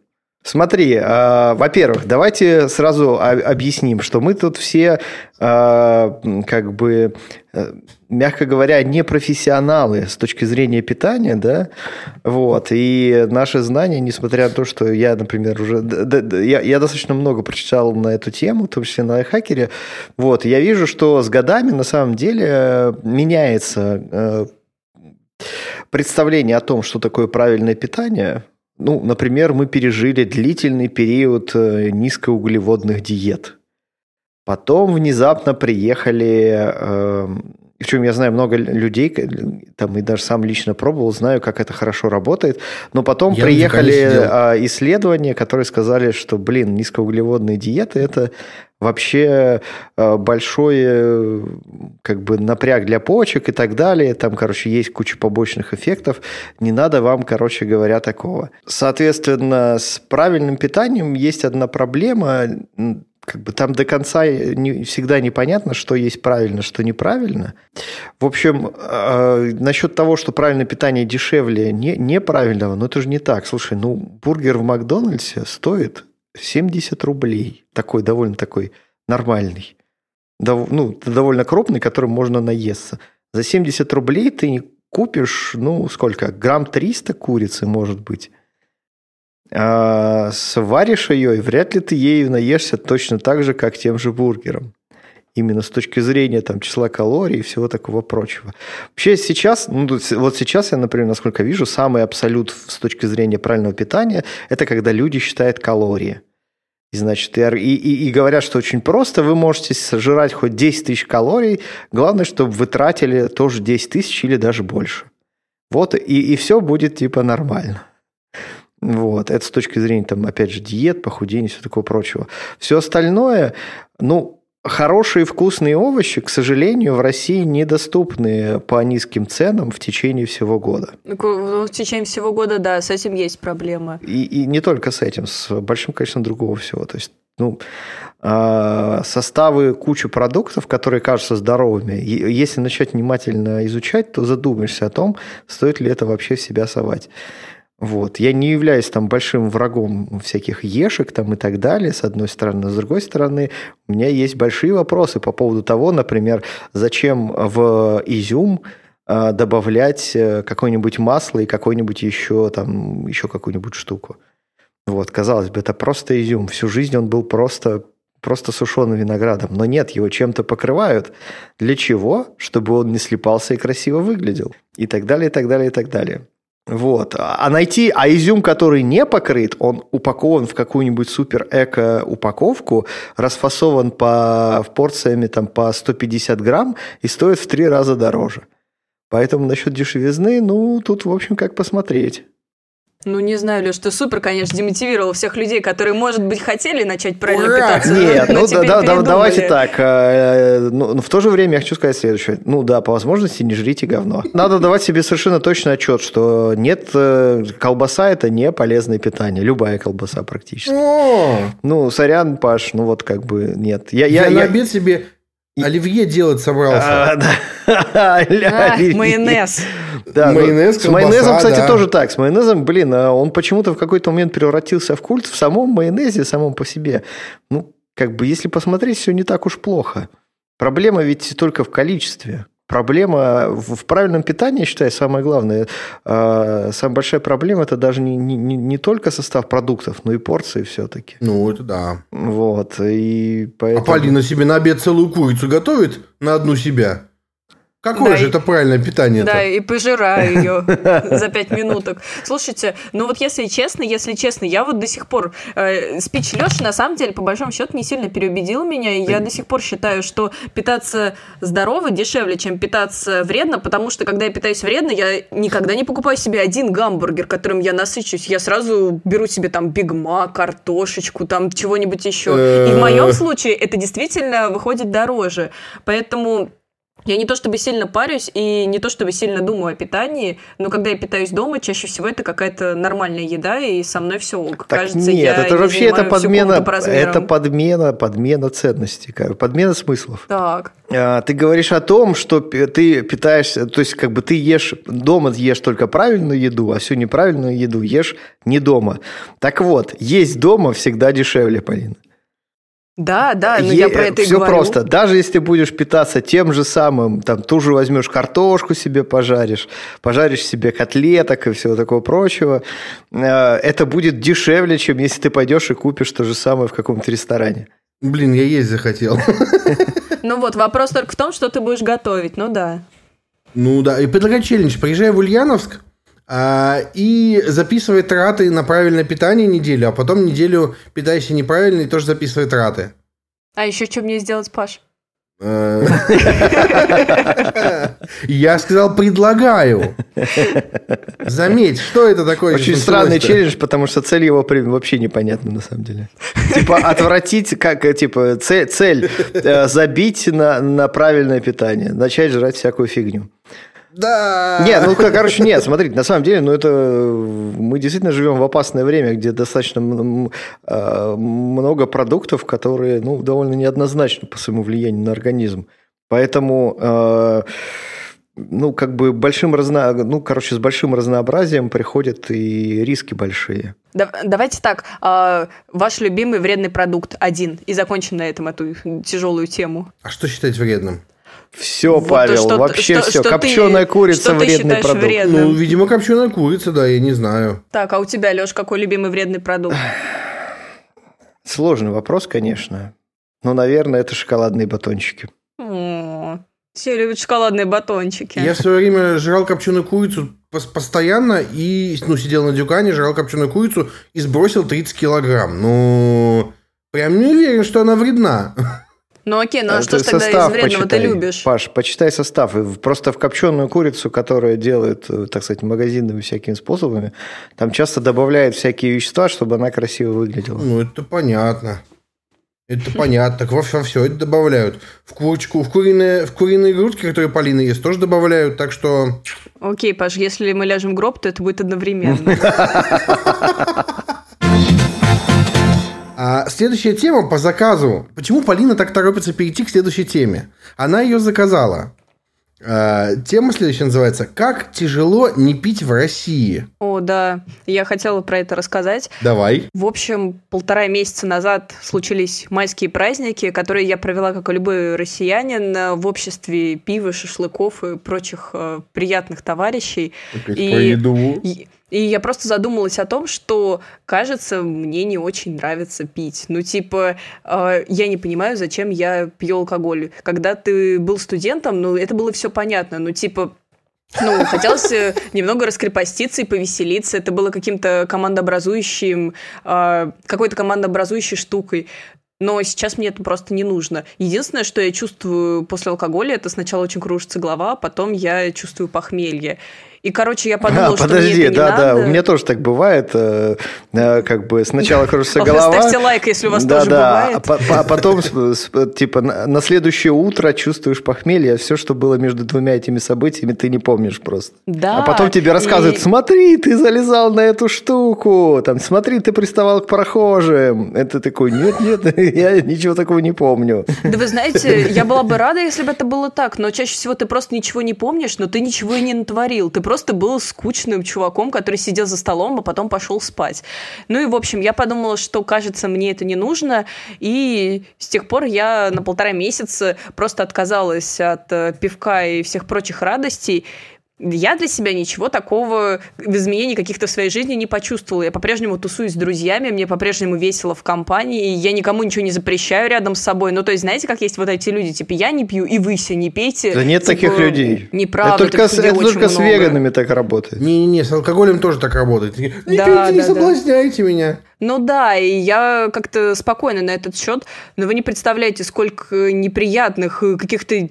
Смотри, э, во-первых, давайте сразу объясним, что мы тут все, э, как бы, э, мягко говоря, не профессионалы с точки зрения питания, да, вот, и наши знания, несмотря на то, что я, например, уже, д- д- я, я достаточно много прочитал на эту тему, в том числе на iHacker'е, вот, я вижу, что с годами на самом деле меняется э, представление о том, что такое правильное питание. Ну, например, мы пережили длительный период низкоуглеводных диет. Потом внезапно приехали, э, причем я знаю много людей, там и даже сам лично пробовал, знаю, как это хорошо работает, но потом я приехали исследования, которые сказали, что, блин, низкоуглеводные диеты – это вообще большой как бы напряг для почек и так далее. Там, короче, есть куча побочных эффектов. Не надо вам, короче говоря, такого. Соответственно, с правильным питанием есть одна проблема. Как бы там до конца не, всегда непонятно, что есть правильно, что неправильно. В общем, э, насчет того, что правильное питание дешевле не, неправильного, ну это же не так. Слушай, ну бургер в Макдональдсе стоит семьдесят рублей. Такой, довольно такой нормальный. Дов, ну, довольно крупный, которым можно наесться. За семьдесят рублей ты купишь, ну, сколько? Грамм триста курицы, может быть. А сваришь ее, и вряд ли ты ею наешься точно так же, как тем же бургером. Именно с точки зрения там, числа калорий и всего такого прочего. Вообще сейчас, ну, вот сейчас я, например, насколько вижу, самый абсолют с точки зрения правильного питания – это когда люди считают калории. И, значит, и, и, и говорят, что очень просто, вы можете сожрать хоть десять тысяч калорий, главное, чтобы вы тратили тоже десять тысяч или даже больше. Вот, и, и все будет типа нормально. Вот, это с точки зрения, там, опять же, диет, похудения и всего такого прочего. Все остальное, ну, хорошие вкусные овощи, к сожалению, в России недоступны по низким ценам в течение всего года. В течение всего года, да, с этим есть проблема. И, и не только с этим, с большим количеством другого всего. То есть, ну, составы кучи продуктов, которые кажутся здоровыми, если начать внимательно изучать, то задумаешься о том, стоит ли это вообще в себя совать. Вот. Я не являюсь там большим врагом всяких ешек там, и так далее, с одной стороны. Но с другой стороны, у меня есть большие вопросы по поводу того, например, зачем в изюм добавлять какое-нибудь масло и какой-нибудь еще, там, еще какую-нибудь штуку. Вот. Казалось бы, это просто изюм. Всю жизнь он был просто, просто сушеным виноградом. Но нет, его чем-то покрывают. Для чего? Чтобы он не слипался и красиво выглядел. И так далее, и так далее, и так далее. Вот. А найти, а изюм, который не покрыт, он упакован в какую-нибудь супер-эко-упаковку, расфасован по, в порциями там, по сто пятьдесят грамм и стоит в три раза дороже. Поэтому насчет дешевизны, ну, тут, в общем, как посмотреть. Ну, не знаю, Леш, ты супер, конечно, демотивировал всех людей, которые, может быть, хотели начать правильно Ура! питаться. Нет, ну да, да, давайте так. Ну, в то же время я хочу сказать следующее. Ну да, по возможности не жрите говно. Надо давать себе совершенно точный отчет, что нет, колбаса – это не полезное питание. Любая колбаса практически. О! Ну, сорян, Паш, ну вот как бы нет. Я, я, я на обед себе... Оливье делать собрался. А, да. а, майонез. Да, майонез, колбаса, с майонезом, кстати, да. тоже так. С майонезом, блин, он почему-то в какой-то момент превратился в культ в самом майонезе, самом по себе. Ну, как бы, если посмотреть, все не так уж плохо. Проблема ведь только в количестве. Проблема в правильном питании, я считаю, самое главное. Самая большая проблема – это даже не, не, не только состав продуктов, но и порции все-таки. Ну, это да. Вот, и поэтому... А Полина себе на обед целую курицу готовит на одну себя? Какое да, же и, это правильное питание-то? Да, и пожираю ее за пять минуток. Слушайте, ну вот если честно, если честно, я вот до сих пор... Э, спич Леши, на самом деле, по большому счету, не сильно переубедил меня. И я до сих пор считаю, что питаться здорово дешевле, чем питаться вредно, потому что, когда я питаюсь вредно, я никогда не покупаю себе один гамбургер, которым я насыщусь. Я сразу беру себе там Биг Мак, картошечку, там чего-нибудь еще. И в моем случае это действительно выходит дороже. Поэтому... Я не то чтобы сильно парюсь и не то чтобы сильно думаю о питании, но когда я питаюсь дома, чаще всего это какая-то нормальная еда, и со мной все ок. Так Кажется, нет, я это не вообще это подмена, по это подмена, подмена ценностей, подмена смыслов. Так. Ты говоришь о том, что ты питаешься, то есть как бы ты ешь дома, ешь только правильную еду, а всю неправильную еду ешь не дома. Так вот, есть дома всегда дешевле, Полина. Да, да, но е- я про это и все говорю. Все просто. Даже если ты будешь питаться тем же самым, там, тоже возьмешь картошку себе пожаришь, пожаришь себе котлеток и всего такого прочего, это будет дешевле, чем если ты пойдешь и купишь то же самое в каком-то ресторане. Блин, я есть захотел. Ну вот, вопрос только в том, что ты будешь готовить, ну да. Ну да, и предлагай челлендж. Приезжай в Ульяновск а, и записывай траты на правильное питание неделю, а потом неделю питайся неправильно и тоже записывай траты. А еще что мне сделать, Паш? Я сказал, предлагаю. Заметь, что это такое? Очень странный челлендж, потому что цель его вообще непонятна на самом деле. Типа отвратить, как типа цель, цель забить на, на правильное питание, начать жрать всякую фигню. Да. Нет, ну, короче, нет, смотрите, на самом деле, ну, это мы действительно живем в опасное время, где достаточно много продуктов, которые, ну, довольно неоднозначны по своему влиянию на организм. Поэтому, ну, как бы большим разно... ну, короче, с большим разнообразием приходят и риски большие. Да, давайте так, э, ваш любимый вредный продукт один, и закончим на этом эту тяжелую тему. А что считать вредным? Все, вот, Павел, что, вообще что, все. Что копченая ты, курица что вредный продукт. Вредным? Ну, видимо, копченая курица, да, я не знаю. Так, а у тебя, Лёш, какой любимый вредный продукт? Сложный вопрос, конечно. Но, наверное, это шоколадные батончики. О, все любят шоколадные батончики. Я в свое время жрал копченую курицу постоянно и, ну, сидел на дюкане, жрал копченую курицу и сбросил тридцать килограмм. Ну, прям не уверен, что она вредна. Ну окей, ну а что ж тогда из вредного почитай, ты любишь? Паш, почитай состав. И просто в копченую курицу, которую делают, так сказать, магазинными всякими способами, там часто добавляют всякие вещества, чтобы она красиво выглядела. Ну, это понятно. Это понятно. Так во, во все это добавляют. В курочку, в куриные, в куриные грудки, которые Полина ест, тоже добавляют, так что... Окей, Паш, если мы ляжем в гроб, то это будет одновременно. А следующая тема по заказу. Почему Полина так торопится перейти к следующей теме? Она ее заказала. А, тема следующая называется «Как тяжело не пить в России». О, да, я хотела про это рассказать. Давай. В общем, полтора месяца назад случились майские праздники, которые я провела, как и любой россиянин, в обществе пива, шашлыков и прочих э, приятных товарищей. Опять и, про еду. И, и я просто задумалась о том, что, кажется, мне не очень нравится пить. Ну, типа, э, я не понимаю, зачем я пью алкоголь. Когда ты был студентом, ну, это было все понятно. Ну, типа... Ну, хотелось немного раскрепоститься и повеселиться. Это было каким-то командообразующим, э, какой-то командообразующей штукой. Но сейчас мне это просто не нужно. Единственное, что я чувствую после алкоголя, это сначала очень кружится голова, а потом я чувствую похмелье. И, короче, я подумала, а, что подожди, мне это да, не да, надо. У меня тоже так бывает. Э, э, как бы сначала кружится голова. Ставьте лайк, если у вас да, тоже да, бывает. А, а потом, типа, на, на следующее утро чувствуешь похмелье, а все, что было между двумя этими событиями, ты не помнишь просто. Да. А потом тебе рассказывают, и... смотри, ты залезал на эту штуку, там, смотри, ты приставал к прохожим. Это такой, нет, нет, я ничего такого не помню. Да вы знаете, я была бы рада, если бы это было так, но чаще всего ты просто ничего не помнишь, но ты ничего и не натворил. Ты просто был скучным чуваком, который сидел за столом, а потом пошел спать. Ну и, в общем, я подумала, что, кажется, мне это не нужно, и с тех пор я на полтора месяца просто отказалась от пивка и всех прочих радостей. Я для себя ничего такого в изменении каких-то в своей жизни не почувствовала. Я по-прежнему тусуюсь с друзьями, мне по-прежнему весело в компании, я никому ничего не запрещаю рядом с собой. Ну, то есть, знаете, как есть вот эти люди, типа, я не пью, и вы все не пейте. Да нет типа, таких людей. Неправда. Это только, с, это только с веганами так работает. Не-не-не, с алкоголем тоже так работает. Не да, пейте, да, не да. соблазняйте меня. Ну да, и я как-то спокойна на этот счет, но вы не представляете, сколько неприятных, каких-то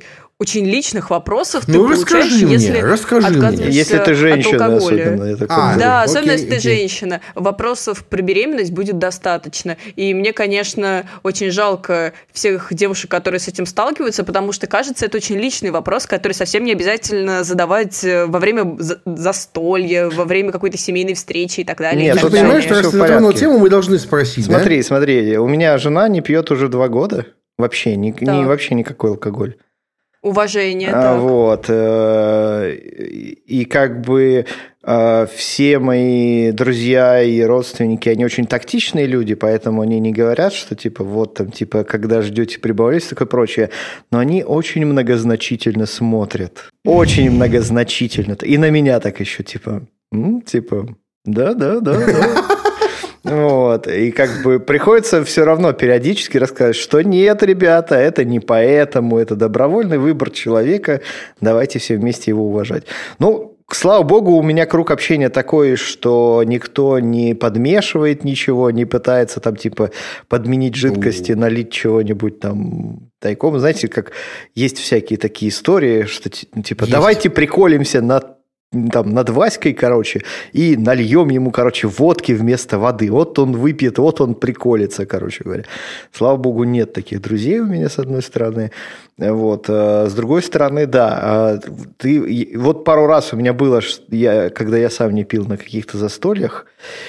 очень личных вопросов ну, ты получаешь, мне, если отказываешься если ты женщина, от алкоголя. Особенно, я так а, да, окей, особенно если окей. ты женщина. Вопросов про беременность будет достаточно. И мне, конечно, очень жалко всех девушек, которые с этим сталкиваются, потому что, кажется, это очень личный вопрос, который совсем не обязательно задавать во время застолья, во время какой-то семейной встречи и так далее. Нет, ты понимаешь, что раз ты затронул тему, мы должны спросить, Смотри, да? смотри, у меня жена не пьет уже два года. Вообще, ни, ни, вообще никакой алкоголь. Уважение. А, вот. И как бы все мои друзья и родственники, они очень тактичные люди, поэтому они не говорят, что типа вот там, типа, когда ждете прибавления и такое прочее. Но они очень многозначительно смотрят. Очень многозначительно. И на меня так еще, типа, м, типа, да-да-да-да. Вот, и как бы приходится все равно периодически рассказывать, что нет, ребята, это не поэтому, это добровольный выбор человека, давайте все вместе его уважать. Ну, слава богу, у меня круг общения такой, что никто не подмешивает ничего, не пытается там типа подменить жидкости, налить чего-нибудь там тайком. Знаете, как есть всякие такие истории, что типа есть. Давайте приколимся над там над Васькой, короче, и нальем ему, короче, водки вместо воды. Вот он выпьет, вот он приколится, короче говоря. Слава богу, нет таких друзей у меня, с одной стороны. Вот. А с другой стороны, да. Ты... Вот пару раз у меня было, я, когда я сам не пил на каких-то застольях,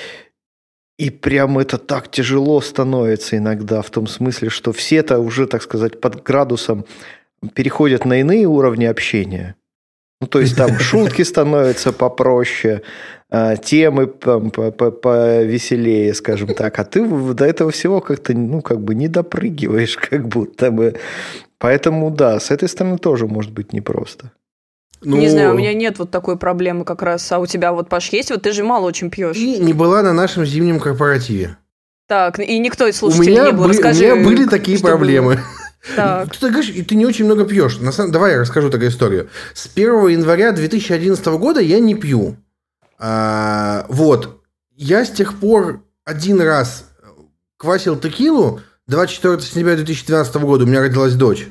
и прям это так тяжело становится иногда, в том смысле, что все-то уже, так сказать, под градусом переходят на иные уровни общения. Ну, то есть там шутки становятся попроще, темы повеселее, скажем так, а ты до этого всего как-то, ну, как бы не допрыгиваешь, как будто бы. Поэтому, да, с этой стороны тоже может быть непросто. Ну, не знаю, у меня нет вот такой проблемы как раз, а у тебя вот, Паш, есть? Вот ты же мало очень пьешь. И не была на нашем зимнем корпоративе. Так, и никто из слушателей не был. Бы, Расскажи, у меня были такие проблемы. Было. Так. Ты, ты говоришь, и ты не очень много пьешь. На самом... Давай я расскажу такую историю. С первого января две тысячи одиннадцатого года я не пью. А, вот. Я с тех пор один раз квасил текилу. двадцать четвёртого сентября две тысячи двенадцатого года у меня родилась дочь.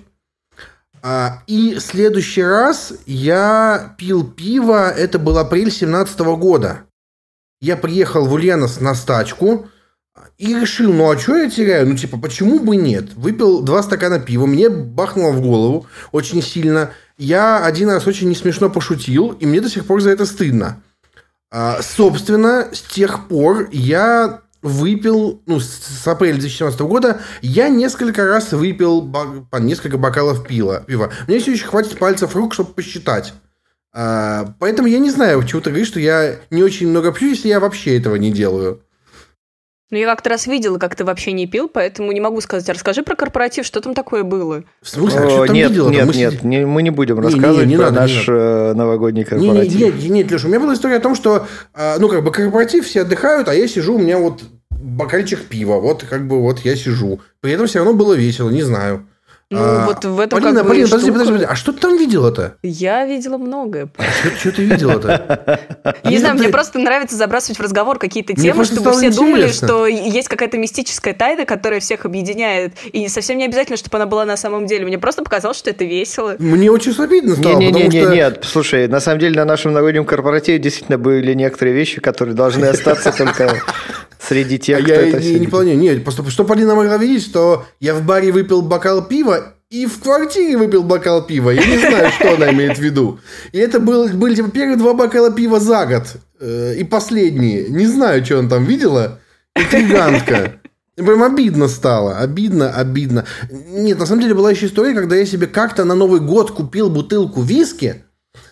А, и следующий раз я пил пиво. Это был апрель две тысячи семнадцатого года. Я приехал в Ульяновск на стачку. И решил, ну а что я теряю? Ну типа, почему бы нет? Выпил два стакана пива, мне бахнуло в голову очень сильно. Я один раз очень несмешно пошутил, и мне до сих пор за это стыдно. А, собственно, с тех пор я выпил, ну с апреля две тысячи семнадцатого года, я несколько раз выпил по несколько бокалов пива. пива. Мне все еще хватит пальцев рук, чтобы посчитать. А, поэтому я не знаю, чего ты говоришь, что я не очень много пью, если я вообще этого не делаю. Ну, я как-то раз видела, как ты вообще не пил, поэтому не могу сказать. Расскажи про корпоратив, что там такое было? В смысле? А что там нет, видела? Нет, мы нет, сидим... не, мы не будем не, рассказывать не, не, не про надо, наш не новогодний корпоратив. Нет, нет, нет, Леша, у меня была история о том, что, ну, как бы корпоратив, все отдыхают, а я сижу, у меня вот бокальчик пива, вот как бы вот я сижу. При этом все равно было весело, не знаю. Ну, а, вот в этом Полина, как бы Полина, штука... подожди, подожди, подожди, а что ты там видела-то? Я видела многое. Что ты видела-то? Не знаю, мне просто нравится забрасывать в разговор какие-то темы, чтобы все думали, что есть какая-то мистическая тайна, которая всех объединяет. И совсем не обязательно, чтобы она была на самом деле. Мне просто показалось, что это весело. Мне очень обидно стало, не, не, потому не, что... Нет, слушай, на самом деле на нашем новогоднем корпоративе действительно были некоторые вещи, которые должны остаться только... Среди тех, кто это все... Я не планирую. Нет, просто что Полина могла видеть, что я в баре выпил бокал пива, и в квартире выпил бокал пива. Я не знаю, что она имеет в виду. И это был, были типа первые два бокала пива за год. Э, и последние. Не знаю, что она там видела. Интригантка. Прям обидно стало. Обидно, обидно. Нет, на самом деле была еще история, когда я себе как-то на Новый год купил бутылку виски,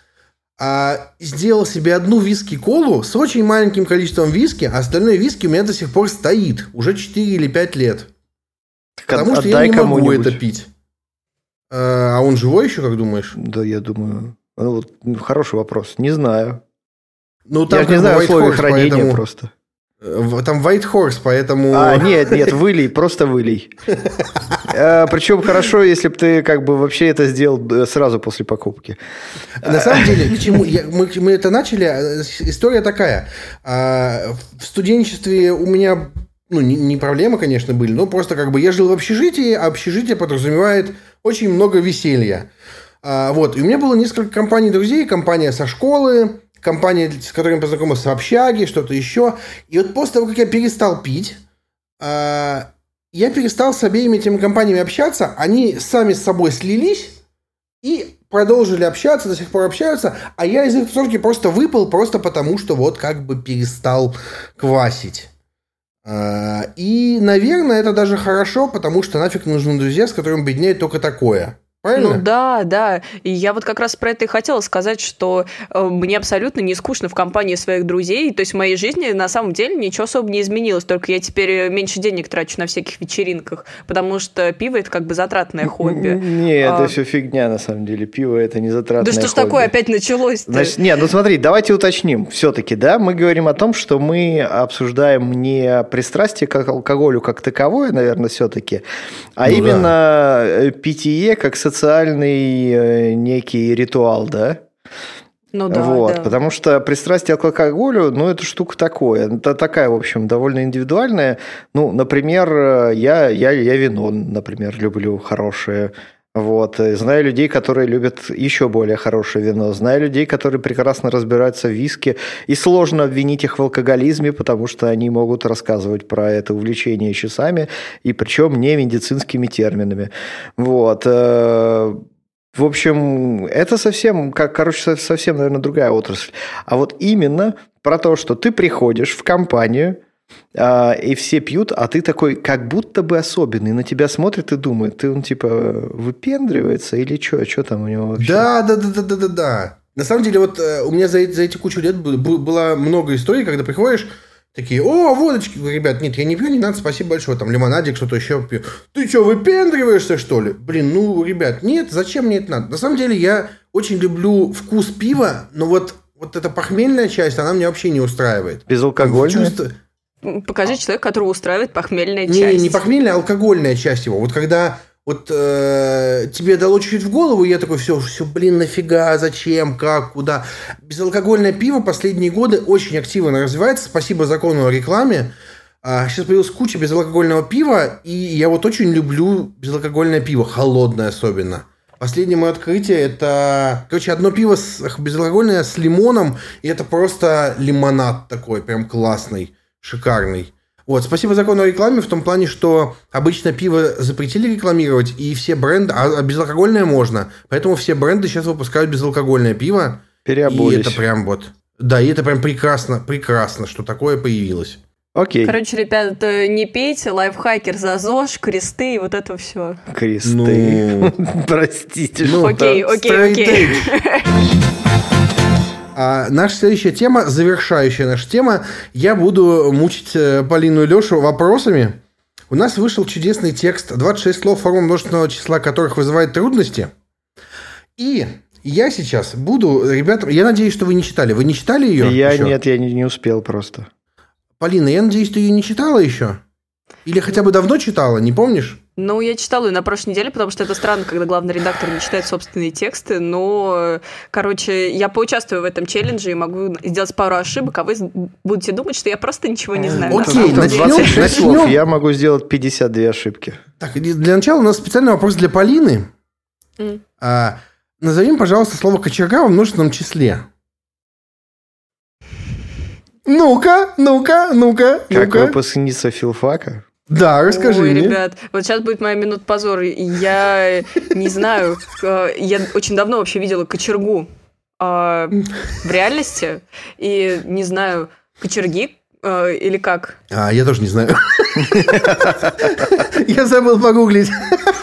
а сделал себе одну виски-колу с очень маленьким количеством виски, а остальное виски у меня до сих пор стоит. Уже четыре или пять лет. Так потому что я не могу это пить. А он живой еще, как думаешь? Да, я думаю. Ну, вот, хороший вопрос. Не знаю. Ну, там я не знаю условия хранения поэтому... просто. Там White Horse, поэтому... А, нет, нет, вылей, просто вылей. Причем хорошо, если бы ты как бы вообще это сделал сразу после покупки. На самом деле, к чему мы это начали, история такая. В студенчестве у меня, ну, не проблемы, конечно, были, но просто как бы я жил в общежитии, а общежитие подразумевает очень много веселья. А, вот. И у меня было несколько компаний друзей. Компания со школы, компания, с которыми я познакомился в общаге, что-то еще. И вот после того, как я перестал пить, а, я перестал с обеими этими компаниями общаться. Они сами с собой слились и продолжили общаться, до сих пор общаются. А я из их тусовки просто выпал, просто потому что вот как бы перестал квасить. И, наверное, это даже хорошо, потому что нафиг нужны друзья, с которыми объединяет только такое. Правильно? Ну да, да. И я вот как раз про это и хотела сказать, что э, мне абсолютно не скучно в компании своих друзей. То есть в моей жизни на самом деле ничего особо не изменилось. Только я теперь меньше денег трачу на всяких вечеринках, потому что пиво – это как бы затратное хобби. Не, это а... все фигня на самом деле. Пиво – это не затратное хобби. Да что ж такое опять началось-то? Значит, не, ну смотри, давайте уточним. Все-таки, да, мы говорим о том, что мы обсуждаем не пристрастие к алкоголю как таковое, наверное, все-таки, а ну, именно да. питье как социальное социальный э, некий ритуал, да? Ну да, вот, да. Потому что пристрастие к алкоголю, ну, это штука такое. Это такая, в общем, довольно индивидуальная. Ну, например, я, я, я вино, например, люблю хорошее. Вот. Знаю людей, которые любят еще более хорошее вино. Знаю людей, которые прекрасно разбираются в виске. И сложно обвинить их в алкоголизме, потому что они могут рассказывать про это увлечение часами, и причем не медицинскими терминами. Вот. В общем, это совсем, как, короче, совсем, наверное, другая отрасль. А вот именно про то, что ты приходишь в компанию, и все пьют, а ты такой как будто бы особенный, на тебя смотрит и думает, ты он типа выпендривается или что, что там у него вообще? Да, да, да, да, да, да, да. На самом деле, вот у меня за, за эти кучу лет было много историй, когда приходишь, такие, о, водочки, ребят, нет, я не пью, не надо, спасибо большое, там лимонадик, что-то еще пью. Ты что, выпендриваешься, что ли? Блин, ну, ребят, нет, зачем мне это надо? На самом деле, я очень люблю вкус пива, но вот, вот эта похмельная часть, она меня вообще не устраивает. Безалкогольная? Чувство... Покажи человека, которого устраивает похмельная не, часть. Не, не похмельная, а алкогольная часть его. Вот когда вот э, тебе дало чуть-чуть в голову, и я такой, все, все, блин, нафига, зачем, как, куда. Безалкогольное пиво последние годы очень активно развивается. Спасибо закону о рекламе. А, сейчас появилась куча безалкогольного пива, и я вот очень люблю безалкогольное пиво, холодное особенно. Последнее мое открытие – это, короче, одно пиво с, безалкогольное с лимоном, и это просто лимонад такой, прям классный. Шикарный. Вот, спасибо закону о рекламе в том плане, что обычно пиво запретили рекламировать, и все бренды, а безалкогольное можно, поэтому все бренды сейчас выпускают безалкогольное пиво. Переобулись. И это прям вот, да, и это прям прекрасно, прекрасно, что такое появилось. Окей. Короче, ребят, не пейте, лайфхакер за ЗОЖ, кресты и вот это все. Кресты. Ну... Простите. Ну, окей, окей, окей. А наша следующая тема, завершающая наша тема, я буду мучить Полину и Лешу вопросами. У нас вышел чудесный текст, двадцать шесть слов формы множественного числа, которых вызывает трудности. И я сейчас буду, ребята, я надеюсь, что вы не читали. Вы не читали ее? Я еще? Нет, я не, не успел просто. Полина, я надеюсь, ты ее не читала еще? Или хотя бы давно читала, не помнишь? Ну, я читала ее на прошлой неделе, потому что это странно, когда главный редактор не читает собственные тексты, но, короче, я поучаствую в этом челлендже и могу сделать пару ошибок, а вы будете думать, что я просто ничего не знаю. Окей, начнем, двадцать шесть слов, я могу сделать пятьдесят две ошибки. Так, для начала у нас специальный вопрос для Полины. Mm. А, назови, пожалуйста, слово «кочерга» во множественном числе. Ну-ка, ну-ка, ну-ка, Как ну-ка. выпускница филфака? Да, расскажи Ой, мне. ребят, вот сейчас будет моя минута позора. Я не знаю, я очень давно вообще видела кочергу в реальности, и не знаю, кочерги или как? А, я тоже не знаю. Я забыл погуглить.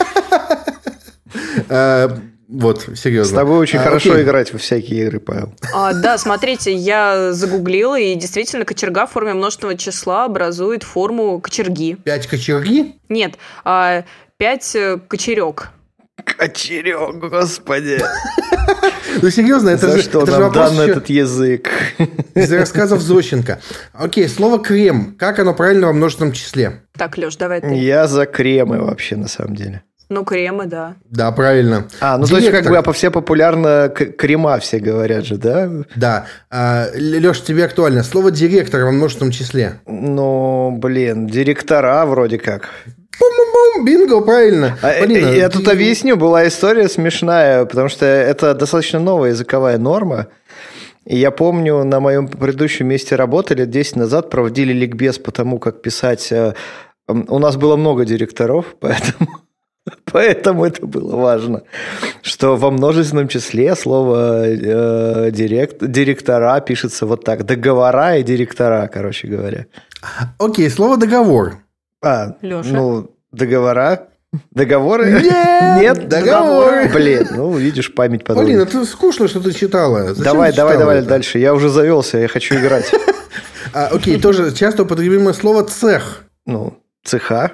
Вот, серьезно. С тобой очень а, хорошо окей. играть во всякие игры, Павел. А, да, смотрите, я загуглила, и действительно кочерга в форме множественного числа образует форму кочерги. Пять кочерги? Нет, а, пять кочерек. Кочерек, господи. Ну, серьезно, это же что нам дан этот язык? Из рассказов Зощенко. Окей, слово «крем». Как оно правильно во множественном числе? Так, Лёш, давай ты. Я за кремы вообще, на самом деле. Ну, кремы, да. Да, правильно. А, ну Директор. То есть, как бы, все популярно крема все говорят же, да? Да. А, Лёш, тебе актуально. Слово «директор» во множественном числе. Ну, блин, директора вроде как. Бум-бум-бум, бинго, правильно. А, Полина, я тут объясню, была история смешная, потому что это достаточно новая языковая норма. И я помню, на моем предыдущем месте работы лет десять назад проводили ликбез по тому, как писать. У нас было много директоров, поэтому, поэтому это было важно, что во множественном числе слово э, директ, директора пишется вот так. Договора и директора, короче говоря. Окей, слово «договор». А, Лёша? ну, договора? Договоры? Нет, Нет, договоры. Блин, ну, видишь, память подумала. Блин, это скучно, что ты читала. Зачем Давай, ты давай, читала давай это? дальше. Я уже завелся, я хочу играть. А, окей, тоже часто употребимое слово «цех». Ну, цеха?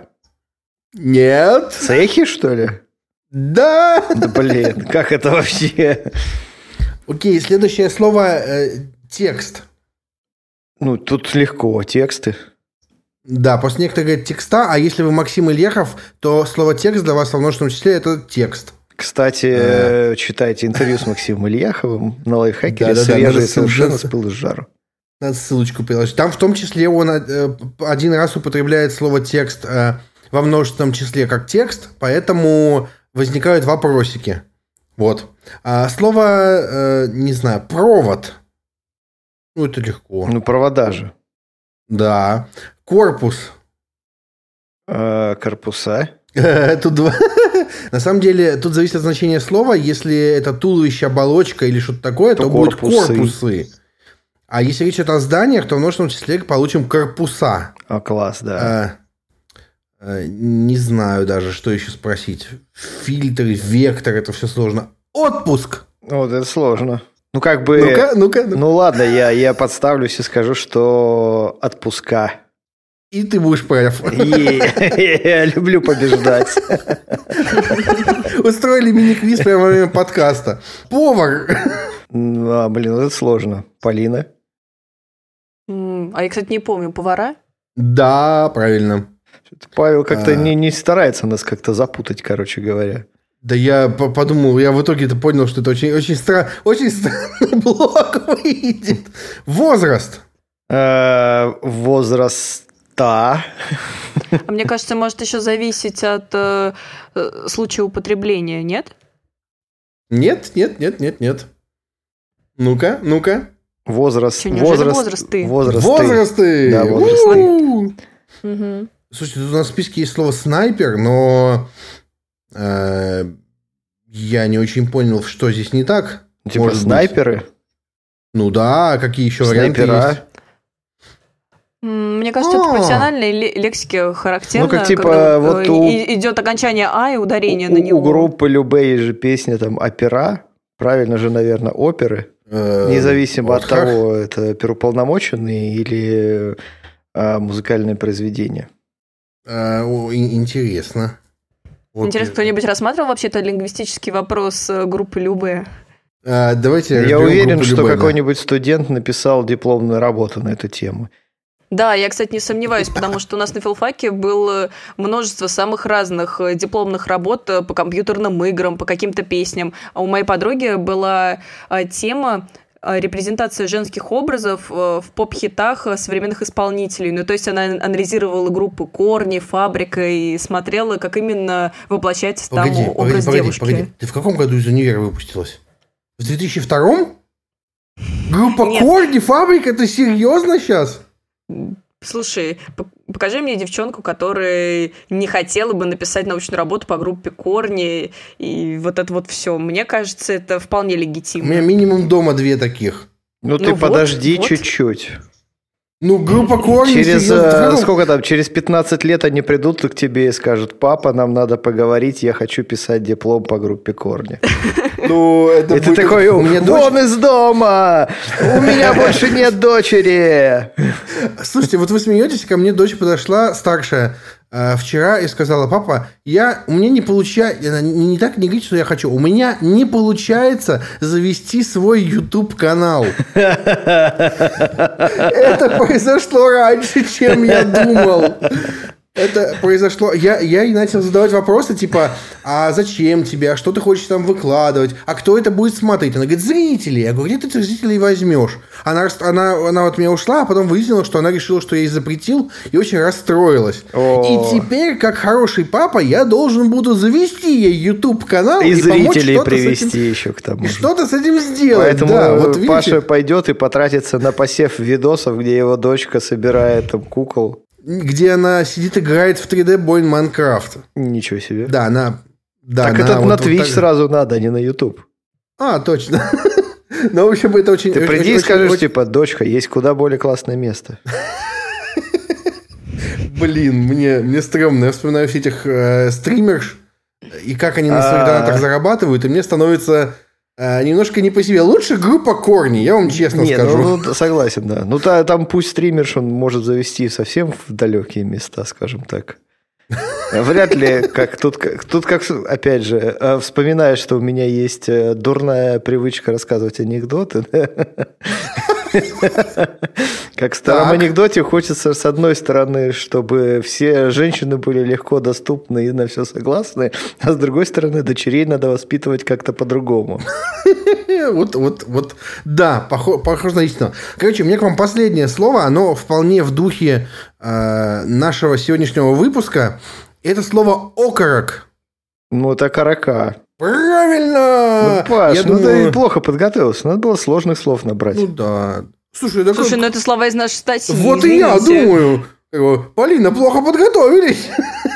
Нет. Цехи, что ли? Да. Да блин, как это вообще? Окей, следующее слово э, «текст». Ну, тут легко, тексты. Да, после некоторых говорят «текста», а если вы Максим Ильяхов, то слово «текст» для вас во множественном числе – это «текст». Кстати, А. читайте интервью с Максимом Ильяховым на Лайфхакере, Да-да-да, свежее надо совершенно, ссылку. с пылу с жару. Надо ссылочку приложить. Там в том числе он э, один раз употребляет слово «текст» э, во множественном числе как «текст», поэтому возникают вопросики. Вот. А слово, э, не знаю, «провод». Ну, это легко. Ну, провода же. Да. Корпус. А, корпуса. Тут два. На самом деле, тут зависит от значения слова. Если это туловище, оболочка или что-то такое, то, То будет корпусы. корпусы. А если речь идет о зданиях, то в множественном числе получим корпуса. А, класс, да. А, а, не знаю даже, что еще спросить. Фильтры, вектор, это все сложно. Отпуск. Вот это сложно. Ну, как бы... Ну-ка, ну-ка. Ну, ладно, я, я подставлюсь и скажу, что отпуска. И ты будешь прав. Е, я люблю побеждать. Устроили мини-квиз прямо во время подкаста. Повар. А, блин, это сложно. Полина? М, А я, кстати, не помню, повара? Да, правильно. Павел как-то А. не, не старается нас как-то запутать, короче говоря. Да я по- подумал, я в итоге-то понял, что это очень, очень, стра- очень странный блок выйдет. Возраст. Э, Возраста. А мне кажется, может еще зависеть от э, э, случая употребления, нет? Нет, нет, нет, нет, нет. Ну-ка, ну-ка. Возраст. Чё, неужели возраст. возрасты? Возрасты. Возрасты. Да, возрасты. У-у-у. Мгм. Слушайте, тут у нас в списке есть слово снайпер, но э, я не очень понял, что здесь не так. Типа Может быть. снайперы. Ну да, какие еще варианты Снайпера. есть? М, Мне кажется, это А. профессиональной ле- лексике характерно. Ну, как типа когда, вот э, у- и- идет окончание «а» и ударение У, на у него. группы Любэ есть же песня там опера. Правильно же, наверное, оперы. Э, Независимо от Оскар? того, это оперуполномоченные или а, музыкальное произведение. Э, о, ин- интересно. Вот, Интересно, э, кто-нибудь рассматривал вообще-то лингвистический вопрос э, группы Любэ? э, давайте Я разберем уверен, группу что Любэ, да. какой-нибудь студент написал дипломную работу на эту тему. Да, я, кстати, не сомневаюсь, потому что у нас на филфаке было множество самых разных э, дипломных работ э, по компьютерным играм, по каким-то песням. А у моей подруги была э, тема э, репрезентация женских образов э, в поп-хитах э, современных исполнителей. Ну, то есть она анализировала группы Корни, Фабрика и смотрела, как именно воплощается там Погоди, образ погоди, погоди, девушки. погоди. Ты в каком году из универа выпустилась? В две тысячи втором? Группа Нет. Корни, Фабрика, это серьезно сейчас? Слушай, п- покажи мне девчонку, которая не хотела бы написать научную работу по группе Корни и вот это вот все. Мне кажется, это вполне У легитимно. меня минимум дома две таких. Ну, ты вот, подожди вот. чуть-чуть. Ну, группа Корни, Через, серьезно, э, в каком- сколько там, через пятнадцать лет они придут к тебе и скажут: папа, нам надо поговорить, я хочу писать диплом по группе Корни. Ну, это И ты будет- такой: у меня дочь... вон из дома! У меня больше нет дочери! Слушайте, вот вы смеетесь, ко мне дочь подошла, старшая, э, вчера и сказала: папа, я, у меня не получается, не, не так не говорит, что я хочу, у меня не получается завести свой YouTube-канал. Это произошло раньше, чем я думал. Это произошло... Я, я и начал задавать вопросы, типа, а зачем тебе, а что ты хочешь там выкладывать, а кто это будет смотреть? Она говорит, зрители. Я говорю, где ты этих зрителей возьмешь? Она, она, она от меня ушла, а потом выяснила, что она решила, что я ей запретил, и очень расстроилась. О. И теперь, как хороший папа, я должен буду завести ей YouTube-канал и, и зрителей привести этим, еще к тому и же. что-то с этим сделать. Поэтому да, вот Паша пойдет и потратится на посев видосов, где его дочка собирает там кукол. Где она сидит, играет в три дэ-бой Майнкрафт. Ничего себе. Да, она... Да, так она, это вот, на вот Twitch так... сразу надо, а не на YouTube. А, точно. Ну, в общем, это очень... Ты приди и скажешь, типа, дочка, есть куда более классное место. Блин, мне, мне стрёмно. Я вспоминаю все этих э, стримерш, и как они на своих донатах зарабатывают, и мне становится... Немножко не по себе. Лучше группа Корни, я вам честно Нет, скажу. Ну, ну, согласен, да. Ну, та, там пусть стримерш, он может завести совсем в далекие места, скажем так. Вряд ли, как тут, как, тут как, опять же, вспоминаешь, что у меня есть дурная привычка рассказывать анекдоты. Как в старом так. анекдоте хочется, с одной стороны, чтобы все женщины были легко доступны и на все согласны, а с другой стороны, дочерей надо воспитывать как-то по-другому. Вот, вот, вот, да, похоже, похоже на истину. Короче, у меня к вам последнее слово, оно вполне в духе э, нашего сегодняшнего выпуска. Это слово «окорок». Ну, это «окорока». Правильно! Ну, Паш, Я ну думаю... ты плохо подготовился. Надо было сложных слов набрать. Ну да. Слушай, такой... Слушай, ну это слова из нашей статьи. Вот извините. И я думаю. Полина, плохо подготовились.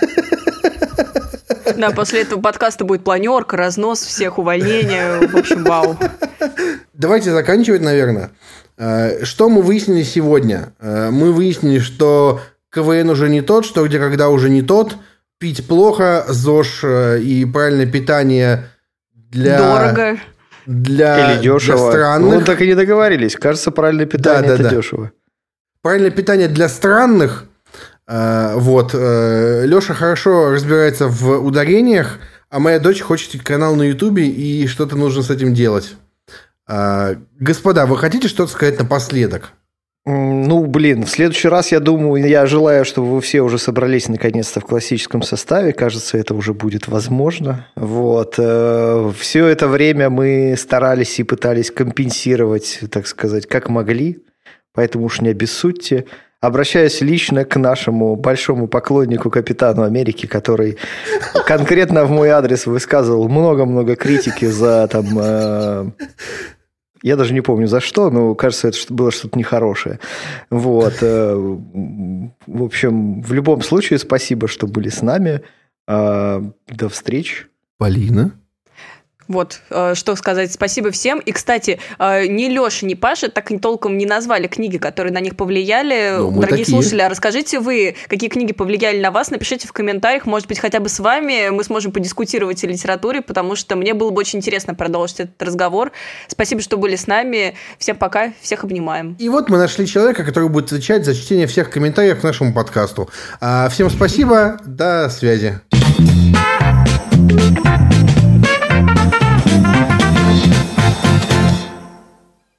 Да, после этого подкаста будет планерка, разнос всех, увольнение. В общем, вау. Давайте заканчивать, наверное. Что мы выяснили сегодня? Мы выяснили, что КВН уже не тот, что где когда уже не тот. Пить плохо, ЗОЖ и правильное питание для... Дорого. Для, Или дешево. Для странных. Ну, так и не договорились. Кажется, правильное питание да, да, это да. дешево. Правильное питание для странных. Вот. Леша хорошо разбирается в ударениях, а моя дочь хочет канал на Ютубе, и что-то нужно с этим делать. Господа, вы хотите что-то сказать напоследок? Ну, блин, в следующий раз, я думаю, я желаю, чтобы вы все уже собрались наконец-то в классическом составе. Кажется, это уже будет возможно. Вот. Все это время мы старались и пытались компенсировать, так сказать, как могли. Поэтому уж не обессудьте. Обращаюсь лично к нашему большому поклоннику Капитану Америки, который конкретно в мой адрес высказывал много-много критики за там... Я даже не помню за что, но кажется, это было что-то нехорошее. Вот. В общем, в любом случае, спасибо, что были с нами. До встречи. Полина? Вот, что сказать, спасибо всем. И, кстати, ни Леша, ни Паша так толком не назвали книги, которые на них повлияли. Ну, Дорогие такие. слушатели, а расскажите вы, какие книги повлияли на вас, напишите в комментариях, может быть, хотя бы с вами мы сможем подискутировать о литературе, потому что мне было бы очень интересно продолжить этот разговор. Спасибо, что были с нами. Всем пока, всех обнимаем. И вот мы нашли человека, который будет отвечать за чтение всех комментариев к нашему подкасту. Всем спасибо, до связи.